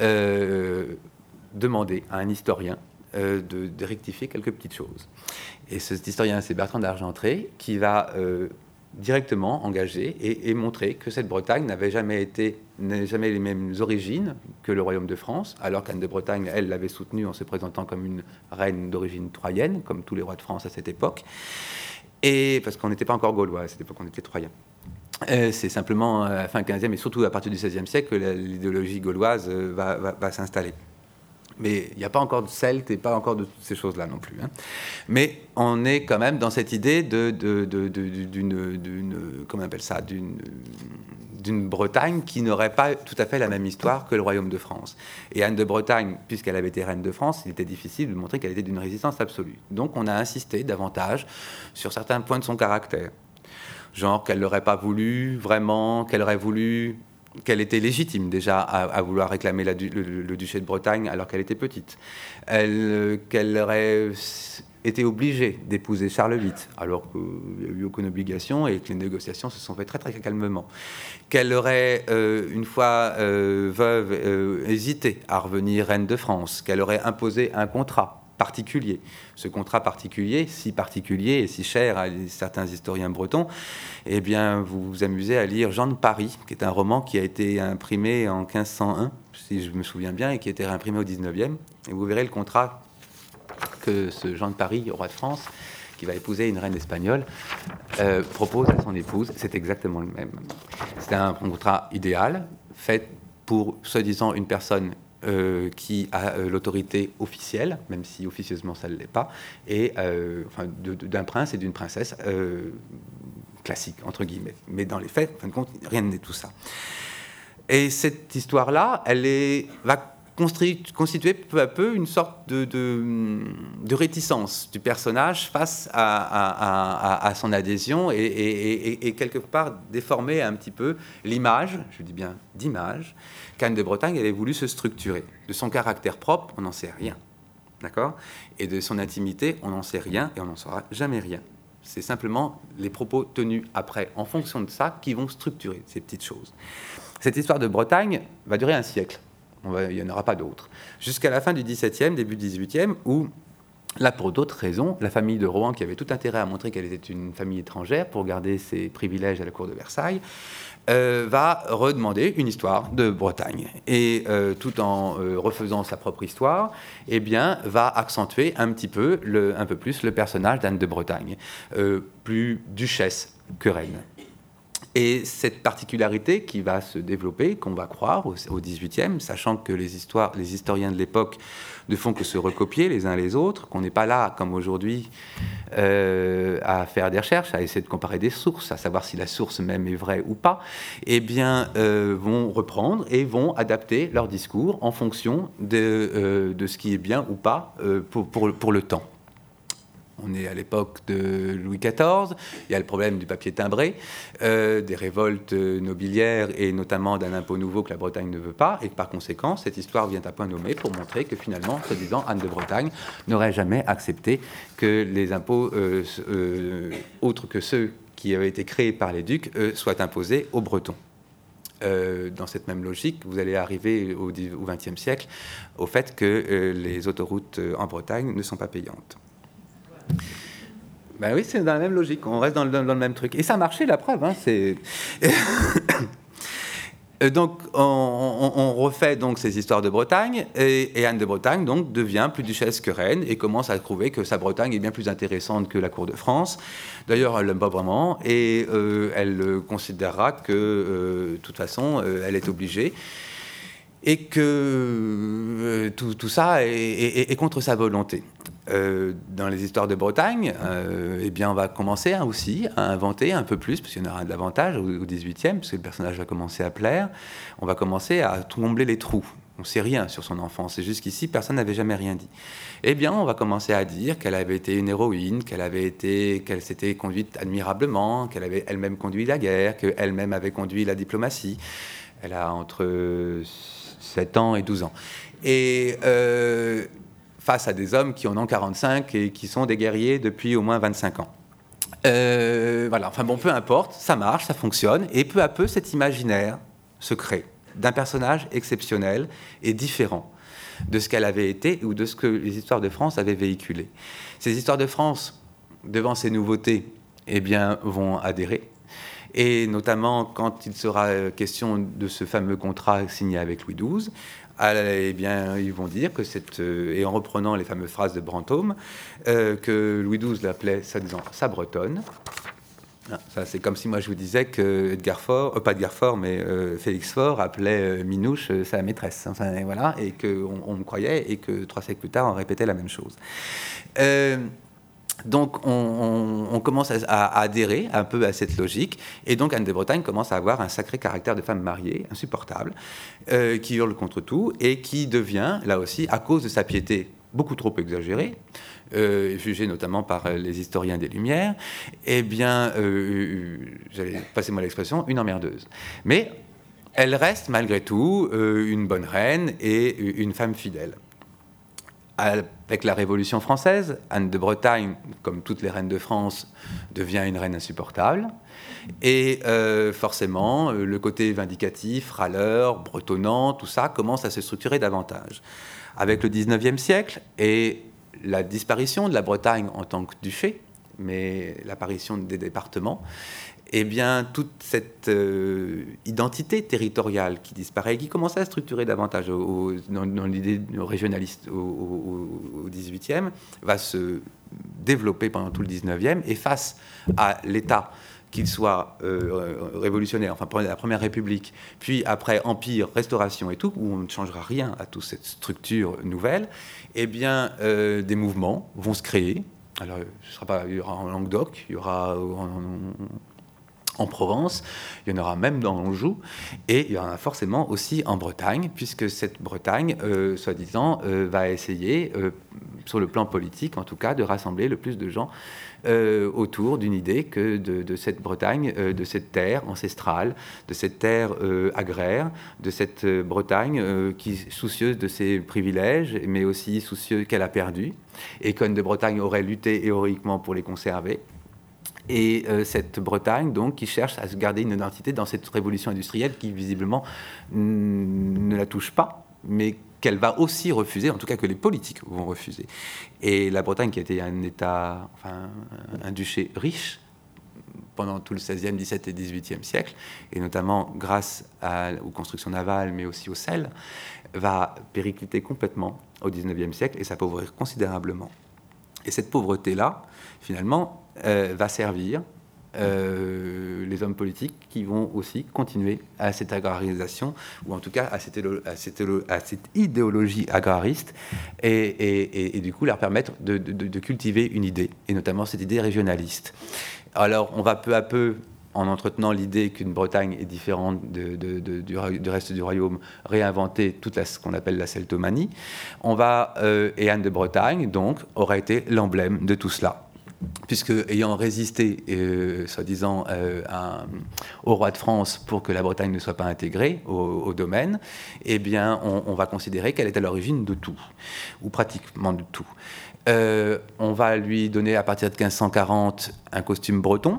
demander à un historien de rectifier quelques petites choses. Et cet historien, c'est Bertrand d'Argentré, qui va directement engager et montrer que cette Bretagne n'avait jamais les mêmes origines que le royaume de France, alors qu'Anne de Bretagne, elle, l'avait soutenue en se présentant comme une reine d'origine troyenne, comme tous les rois de France à cette époque. Et parce qu'on n'était pas encore gaulois à cette époque, on était troyens. C'est simplement à la fin 15e et surtout à partir du XVIe siècle que l'idéologie gauloise va s'installer. Mais il n'y a pas encore de Celtes et pas encore de toutes ces choses-là non plus. Hein. Mais on est quand même dans cette idée comment on appelle ça, d'une Bretagne qui n'aurait pas tout à fait la même histoire que le royaume de France. Et Anne de Bretagne, puisqu'elle avait été reine de France, il était difficile de montrer qu'elle était d'une résistance absolue. Donc on a insisté davantage sur certains points de son caractère. Genre qu'elle n'aurait pas voulu vraiment, qu'elle aurait voulu... qu'elle était légitime déjà à vouloir réclamer le duché de Bretagne alors qu'elle était petite. Qu'elle aurait été obligée d'épouser Charles VIII alors qu'il n'y a eu aucune obligation et que les négociations se sont faites très très calmement. Qu'elle aurait, une fois veuve, hésité à revenir reine de France. Qu'elle aurait imposé un contrat particulier. Ce contrat particulier, si particulier et si cher à certains historiens bretons, eh bien, vous vous amusez à lire Jean de Paris, qui est un roman qui a été imprimé en 1501, si je me souviens bien, et qui a été réimprimé au 19e. Et vous verrez le contrat que ce Jean de Paris, roi de France, qui va épouser une reine espagnole, propose à son épouse. C'est exactement le même. C'est un contrat idéal, fait pour, soi-disant, une personne qui a l'autorité officielle, même si officieusement ça ne l'est pas, et d'un prince et d'une princesse classique, entre guillemets. Mais dans les faits, en fin de compte, rien n'est tout ça. Et cette histoire-là, va constituer peu à peu une sorte de réticence du personnage face à son adhésion et quelque part déformer un petit peu l'image, je dis bien d'image, qu'Anne de Bretagne avait voulu se structurer. De son caractère propre, on n'en sait rien. D'accord ? Et de son intimité, on n'en sait rien et on n'en saura jamais rien. C'est simplement les propos tenus après, en fonction de ça, qui vont structurer ces petites choses. Cette histoire de Bretagne va durer un siècle. Il n'y en aura pas d'autres. Jusqu'à la fin du XVIIe, début du XVIIIe, où, là, pour d'autres raisons, la famille de Rohan, qui avait tout intérêt à montrer qu'elle était une famille étrangère pour garder ses privilèges à la cour de Versailles, va redemander une histoire de Bretagne. Et tout en refaisant sa propre histoire, eh bien, va accentuer un peu plus le personnage d'Anne de Bretagne, plus duchesse que reine. Et cette particularité qui va se développer, qu'on va croire au XVIIIe, sachant que les historiens de l'époque ne font que se recopier les uns les autres, qu'on n'est pas là, comme aujourd'hui, à faire des recherches, à essayer de comparer des sources, à savoir si la source même est vraie ou pas, eh bien, vont reprendre et vont adapter leur discours en fonction de ce qui est bien ou pas pour le temps. On est à l'époque de Louis XIV, il y a le problème du papier timbré, des révoltes nobiliaires et notamment d'un impôt nouveau que la Bretagne ne veut pas, et que par conséquent, cette histoire vient à point nommé pour montrer que finalement, soi-disant, Anne de Bretagne n'aurait jamais accepté que les impôts autres que ceux qui avaient été créés par les ducs soient imposés aux Bretons. Dans cette même logique, vous allez arriver au XXe siècle au fait que les autoroutes en Bretagne ne sont pas payantes. Ben oui, c'est dans la même logique, on reste dans le même truc. Et ça a marché, la preuve. Hein, donc, on refait donc ces histoires de Bretagne, et Anne de Bretagne donc, devient plus duchesse que reine, et commence à trouver que sa Bretagne est bien plus intéressante que la cour de France. D'ailleurs, elle ne l'aime pas vraiment, et elle considérera que, de toute façon, elle est obligée, et que tout ça est contre sa volonté. Dans les histoires de Bretagne, eh bien, on va commencer aussi à inventer un peu plus, parce qu'il y en aura davantage au XVIIIe, parce que le personnage va commencer à plaire. On va commencer à combler les trous. On ne sait rien sur son enfance. Et jusqu'ici, personne n'avait jamais rien dit. Eh bien, on va commencer à dire qu'elle avait été une héroïne, qu'elle s'était conduite admirablement, qu'elle avait elle-même conduit la guerre, qu'elle-même avait conduit la diplomatie. Elle a entre 7 ans et 12 ans. Et face à des hommes qui en ont 45 et qui sont des guerriers depuis au moins 25 ans. Voilà, enfin bon, peu importe, ça marche, ça fonctionne, et peu à peu, cet imaginaire se crée d'un personnage exceptionnel et différent de ce qu'elle avait été ou de ce que les histoires de France avaient véhiculé. Ces histoires de France, devant ces nouveautés, eh bien, vont adhérer. Et notamment quand il sera question de ce fameux contrat signé avec Louis XII, Eh bien, ils vont dire que et en reprenant les fameuses phrases de Brantôme, que Louis XII l'appelait, soi-disant, sa Bretonne. Ça, c'est comme si moi je vous disais que pas Edgar Faure, mais Félix Faure appelait Minouche sa maîtresse. Enfin, voilà, et qu'on me croyait, et que 3 siècles plus tard, on répétait la même chose. Donc, on commence à adhérer un peu à cette logique, et donc Anne de Bretagne commence à avoir un sacré caractère de femme mariée, insupportable, qui hurle contre tout, et qui devient, là aussi, à cause de sa piété beaucoup trop exagérée, jugée notamment par les historiens des Lumières, eh bien, passez-moi l'expression, une emmerdeuse. Mais elle reste malgré tout une bonne reine et une femme fidèle. Avec la Révolution française, Anne de Bretagne, comme toutes les reines de France, devient une reine insupportable. Et forcément, le côté vindicatif, râleur, bretonnant, tout ça commence à se structurer davantage. Avec le XIXe siècle et la disparition de la Bretagne en tant que duché, mais l'apparition des départements, eh bien, toute cette identité territoriale qui disparaît, qui commence à se structurer davantage dans l'idée régionaliste au XVIIIe, va se développer pendant tout le XIXe, et face à l'État, qu'il soit révolutionnaire, enfin la Première République, puis après Empire, Restauration et tout, où on ne changera rien à toute cette structure nouvelle, eh bien, des mouvements vont se créer. Alors, il y aura en Languedoc, il y aura en Provence, il y en aura même dans l'Anjou, et il y en a forcément aussi en Bretagne, puisque cette Bretagne, soi-disant, va essayer, sur le plan politique en tout cas, de rassembler le plus de gens autour d'une idée que de cette Bretagne, de cette terre ancestrale, de cette terre agraire, de cette Bretagne qui est soucieuse de ses privilèges, mais aussi soucieuse qu'elle a perdu, et qu'Anne de Bretagne aurait lutté héroïquement pour les conserver. Et cette Bretagne, donc, qui cherche à se garder une identité dans cette révolution industrielle qui, visiblement, ne la touche pas, mais qu'elle va aussi refuser, en tout cas que les politiques vont refuser. Et la Bretagne, qui a été un État, enfin, un duché riche pendant tout le XVIe, XVIIe et XVIIIe siècle, et notamment grâce aux constructions navales, mais aussi au sel, va péricliter complètement au XIXe siècle et s'appauvrir considérablement. Et cette pauvreté-là, finalement, va servir les hommes politiques qui vont aussi continuer à cette agrarisation, ou en tout cas à cette idéologie agrariste, et du coup leur permettre de cultiver une idée, et notamment cette idée régionaliste. Alors on va peu à peu, en entretenant l'idée qu'une Bretagne est différente du reste du royaume, réinventer toute ce qu'on appelle la celtomanie. Et Anne de Bretagne, donc, aurait été l'emblème de tout cela. Puisque, ayant résisté, soi-disant, au roi de France pour que la Bretagne ne soit pas intégrée au domaine, eh bien, on va considérer qu'elle est à l'origine de tout, ou pratiquement de tout. On va lui donner, à partir de 1540, un costume breton.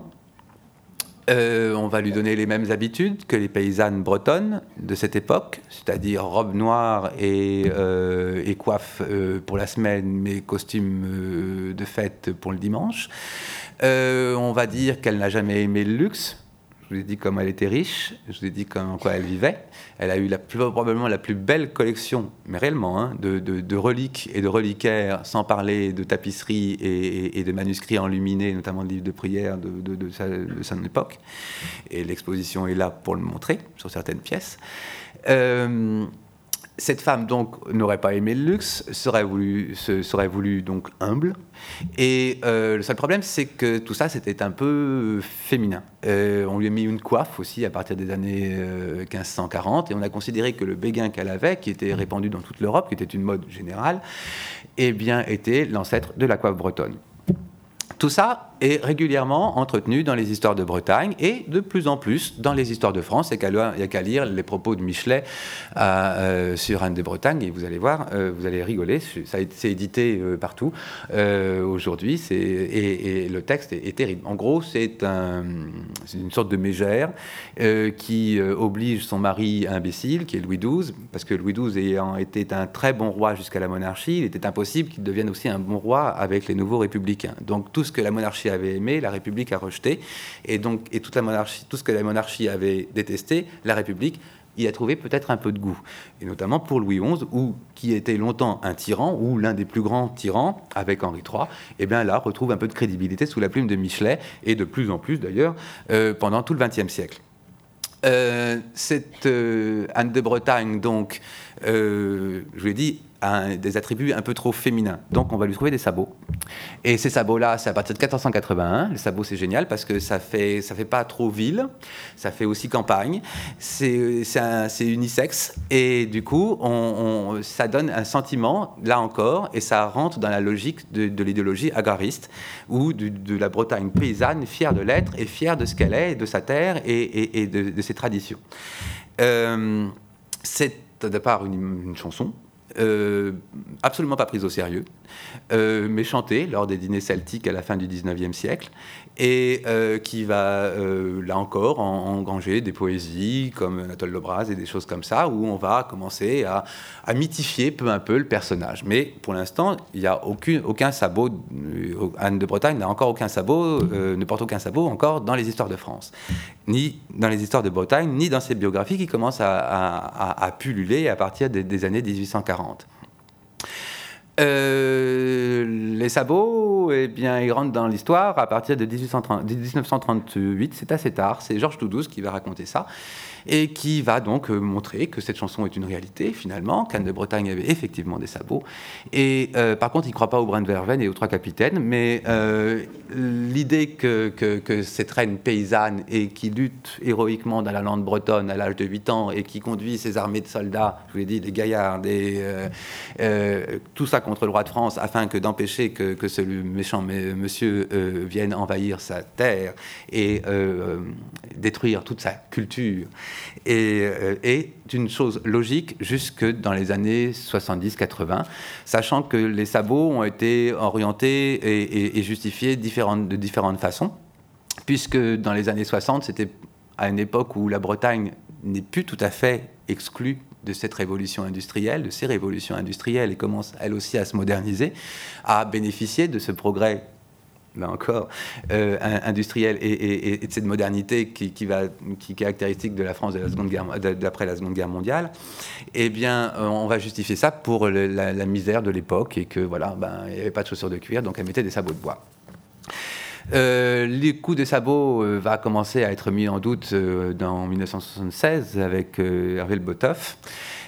On va lui donner les mêmes habitudes que les paysannes bretonnes de cette époque, c'est-à-dire robe noire et coiffe pour la semaine, mais costume de fête pour le dimanche. On va dire qu'elle n'a jamais aimé le luxe. Je vous ai dit comme elle était riche, je vous ai dit en quoi elle vivait. Elle a eu probablement la plus belle collection, mais réellement, hein, de reliques et de reliquaires, sans parler de tapisseries et de manuscrits enluminés, notamment de livres de prière de son époque. Et l'exposition est là pour le montrer, sur certaines pièces. Cette femme, donc, n'aurait pas aimé le luxe, serait voulu donc humble. Et le seul problème, c'est que tout ça, c'était un peu féminin. On lui a mis une coiffe aussi à partir des années 1540, et on a considéré que le béguin qu'elle avait, qui était répandu dans toute l'Europe, qui était une mode générale, eh bien, était l'ancêtre de la coiffe bretonne. Tout ça est régulièrement entretenu dans les histoires de Bretagne et de plus en plus dans les histoires de France. Il n'y a qu'à lire les propos de Michelet sur Anne de Bretagne et vous allez voir, vous allez rigoler. C'est édité partout aujourd'hui et le texte est terrible. En gros, c'est une sorte de mégère qui oblige son mari imbécile, qui est Louis XII, parce que Louis XII ayant été un très bon roi jusqu'à la monarchie, il était impossible qu'il devienne aussi un bon roi avec les nouveaux républicains. Donc tout ce que la monarchie avait aimé, la République a rejeté, et tout ce que la monarchie avait détesté, la République y a trouvé peut-être un peu de goût, et notamment pour Louis XI, qui était longtemps un tyran, ou l'un des plus grands tyrans, avec Henri III, et bien là retrouve un peu de crédibilité sous la plume de Michelet, et de plus en plus d'ailleurs, pendant tout le XXe siècle. Cette Anne de Bretagne, donc, je vous l'ai dit, a des attributs un peu trop féminins. Donc, on va lui trouver des sabots. Et ces sabots-là, c'est à partir de 1481. Les sabots, c'est génial parce que ça fait pas trop ville, ça fait aussi campagne. C'est unisexe. Et du coup, ça donne un sentiment, là encore, et ça rentre dans la logique de l'idéologie agrariste, ou de la Bretagne paysanne, fière de l'être et fière de ce qu'elle est, de sa terre et de ses traditions. C'est au départ une chanson, absolument pas prise au sérieux, mais chantée lors des dîners celtiques à la fin du XIXe siècle, et qui va, là encore, engranger des poésies comme Anatole Lebras et des choses comme ça, où on va commencer à mythifier peu à peu le personnage. Mais pour l'instant, il n'y a aucun sabot. Anne de Bretagne n'a encore aucun sabot, ne porte aucun sabot encore dans les histoires de France, ni dans les histoires de Bretagne, ni dans ses biographies qui commencent à pulluler à partir des années 1840. Les sabots, eh bien, ils rentrent dans l'histoire à partir de 1938, c'est assez tard, c'est Georges Toudouse qui va raconter ça, et qui va donc montrer que cette chanson est une réalité, finalement, qu'Anne de Bretagne avait effectivement des sabots. Et par contre, il ne croit pas au brin de verveine et aux trois capitaines, mais l'idée que cette reine paysanne et qui lutte héroïquement dans la lande bretonne à l'âge de 8 ans et qui conduit ses armées de soldats, je vous l'ai dit, des gaillards, tout ça contre le roi de France, afin d'empêcher que ce méchant monsieur vienne envahir sa terre et détruire toute sa culture, est une chose logique jusque dans les années 70-80, sachant que les sabots ont été orientés et justifiés de différentes façons, puisque dans les années 60, c'était à une époque où la Bretagne n'est plus tout à fait exclue de cette révolution industrielle, de ces révolutions industrielles, et commence elle aussi à se moderniser, à bénéficier de ce progrès, là encore, industriel et de cette modernité qui est caractéristique de la France d'après la Seconde Guerre mondiale. Eh bien, on va justifier ça pour la misère de l'époque, et que voilà, il n'y avait pas de chaussures de cuir, donc elle mettait des sabots de bois. Le coup des sabots va commencer à être mis en doute en 1976 avec Hervé Le Botoff,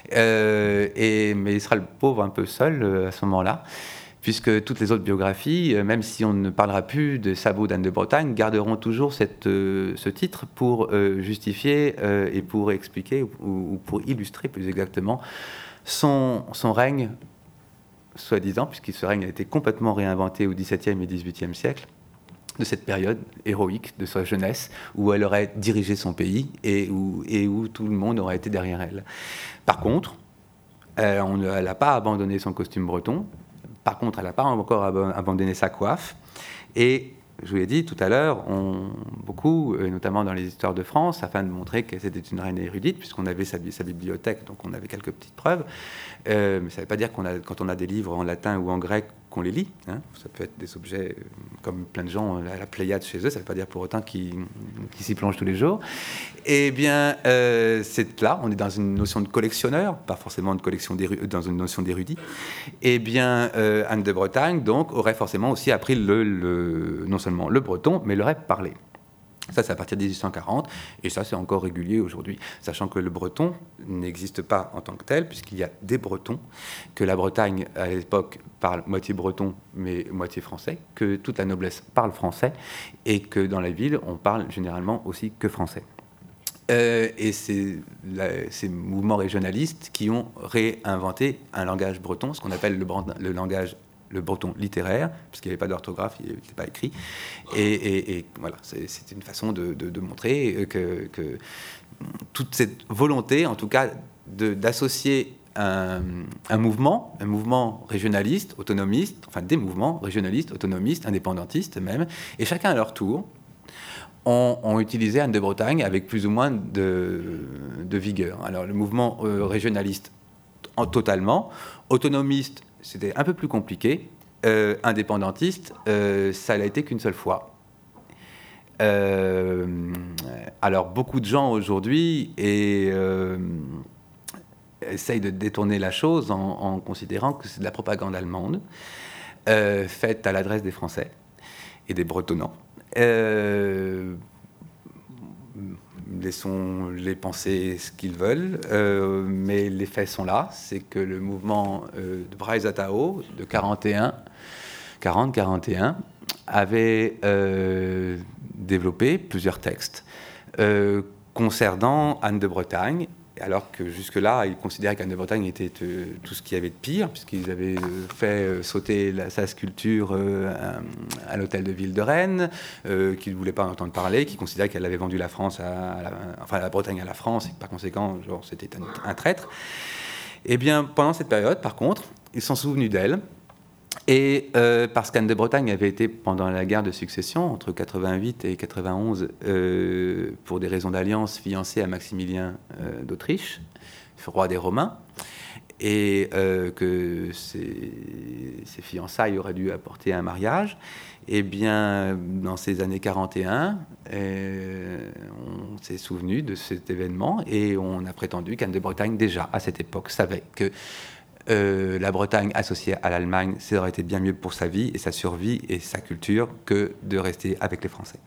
mais il sera le pauvre un peu seul à ce moment-là, puisque toutes les autres biographies, même si on ne parlera plus des sabots d'Anne de Bretagne, garderont toujours ce titre pour justifier et pour expliquer, ou pour illustrer plus exactement, son règne, soi-disant, puisque ce règne a été complètement réinventé au XVIIe et XVIIIe siècle, de cette période héroïque de sa jeunesse, où elle aurait dirigé son pays et où tout le monde aurait été derrière elle. Par contre, elle n'a pas abandonné son costume breton. Par contre, elle n'a pas encore abandonné sa coiffe. Et je vous l'ai dit tout à l'heure, beaucoup, notamment dans les histoires de France, afin de montrer que c'était une reine érudite, puisqu'on avait sa bibliothèque, donc on avait quelques petites preuves. Mais ça ne veut pas dire quand on a des livres en latin ou en grec, qu'on les lit. Hein. Ça peut être des objets, comme plein de gens, la Pléiade chez eux, ça ne veut pas dire pour autant qu'ils s'y plongent tous les jours. Eh bien, c'est là, on est dans une notion de collectionneur, pas forcément dans une notion d'érudit. Eh bien, Anne de Bretagne, donc, aurait forcément aussi appris non seulement le breton, mais l'aurait parlé. Ça, c'est à partir de 1840, et ça, c'est encore régulier aujourd'hui, sachant que le breton n'existe pas en tant que tel, puisqu'il y a des bretons, que la Bretagne, à l'époque, parle moitié breton, mais moitié français, que toute la noblesse parle français, et que dans la ville, on parle généralement aussi que français. Et c'est ces mouvements régionalistes qui ont réinventé un langage breton, ce qu'on appelle le langage le breton littéraire, puisqu'il n'y avait pas d'orthographe, il n'était pas écrit. Et voilà, c'est une façon de montrer que toute cette volonté, en tout cas, d'associer un mouvement régionaliste, autonomiste, enfin des mouvements régionalistes, autonomistes, indépendantistes même, et chacun à leur tour, ont utilisé Anne de Bretagne avec plus ou moins de vigueur. Alors le mouvement régionaliste totalement, autonomiste, c'était un peu plus compliqué. Indépendantiste, ça l'a été qu'une seule fois. Alors, beaucoup de gens aujourd'hui essayent de détourner la chose en considérant que c'est de la propagande allemande faite à l'adresse des Français et des Bretonnants. Laissons-les penser ce qu'ils veulent, mais les faits sont là. C'est que le mouvement de Breisatao de 40-41 avait développé plusieurs textes concernant Anne de Bretagne, alors que jusque-là, ils considéraient qu'Anne de Bretagne était tout ce qu'il y avait de pire, puisqu'ils avaient fait sauter sa sculpture à l'hôtel de ville de Rennes, qu'ils ne voulaient pas en entendre parler, qu'ils considéraient qu'elle avait vendu la France la Bretagne à la France, et que par conséquent, c'était un traître. Eh bien, pendant cette période, par contre, ils se sont souvenus d'elle. Et parce qu'Anne de Bretagne avait été, pendant la guerre de succession, entre 88 et 91, pour des raisons d'alliance, fiancée à Maximilien d'Autriche, roi des Romains, et que ces fiançailles auraient dû apporter un mariage, eh bien, dans ces années 41, on s'est souvenu de cet événement et on a prétendu qu'Anne de Bretagne, déjà, à cette époque, savait que la Bretagne associée à l'Allemagne, ça aurait été bien mieux pour sa vie et sa survie et sa culture que de rester avec les Français.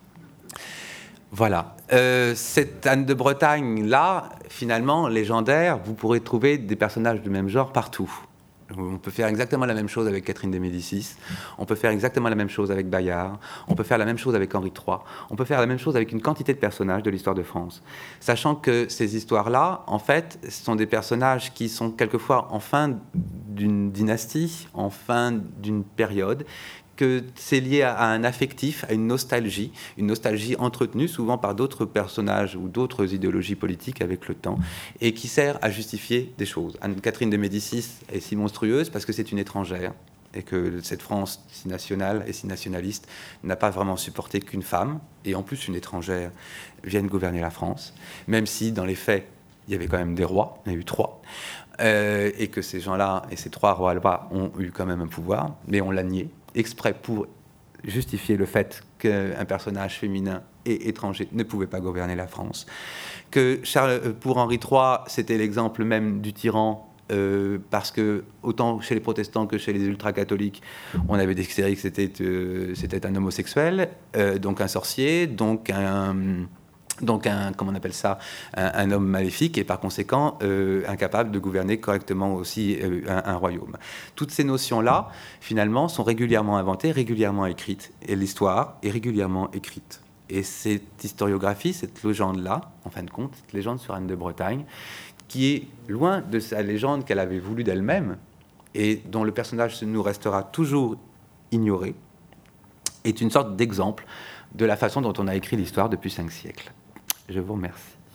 Voilà. Cette Anne de Bretagne-là, finalement, légendaire, vous pourrez trouver des personnages du même genre partout. On peut faire exactement la même chose avec Catherine de Médicis, on peut faire exactement la même chose avec Bayard, on peut faire la même chose avec Henri III, on peut faire la même chose avec une quantité de personnages de l'histoire de France. Sachant que ces histoires-là, en fait, ce sont des personnages qui sont quelquefois en fin d'une dynastie, en fin d'une période, que c'est lié à un affectif, à une nostalgie entretenue souvent par d'autres personnages ou d'autres idéologies politiques avec le temps, et qui sert à justifier des choses. Anne-Catherine de Médicis est si monstrueuse parce que c'est une étrangère, et que cette France si nationale et si nationaliste n'a pas vraiment supporté qu'une femme, et en plus une étrangère, vienne gouverner la France, même si dans les faits, il y avait quand même des rois, il y en a eu 3, et que ces gens-là, et ces 3 rois-là, ont eu quand même un pouvoir, mais on l'a nié, exprès pour justifier le fait qu'un personnage féminin et étranger ne pouvait pas gouverner la France. Que pour Henri III, c'était l'exemple même du tyran, parce que autant chez les protestants que chez les ultra-catholiques, on avait déclaré que c'était un homosexuel, donc un sorcier, donc comment on appelle ça, un homme maléfique et par conséquent incapable de gouverner correctement aussi un royaume. Toutes ces notions-là, finalement, sont régulièrement inventées, régulièrement écrites, et l'histoire est régulièrement écrite. Et cette historiographie, cette légende-là, en fin de compte, cette légende sur Anne de Bretagne, qui est loin de sa légende qu'elle avait voulu d'elle-même et dont le personnage nous restera toujours ignoré, est une sorte d'exemple de la façon dont on a écrit l'histoire depuis 5 siècles. Je vous remercie.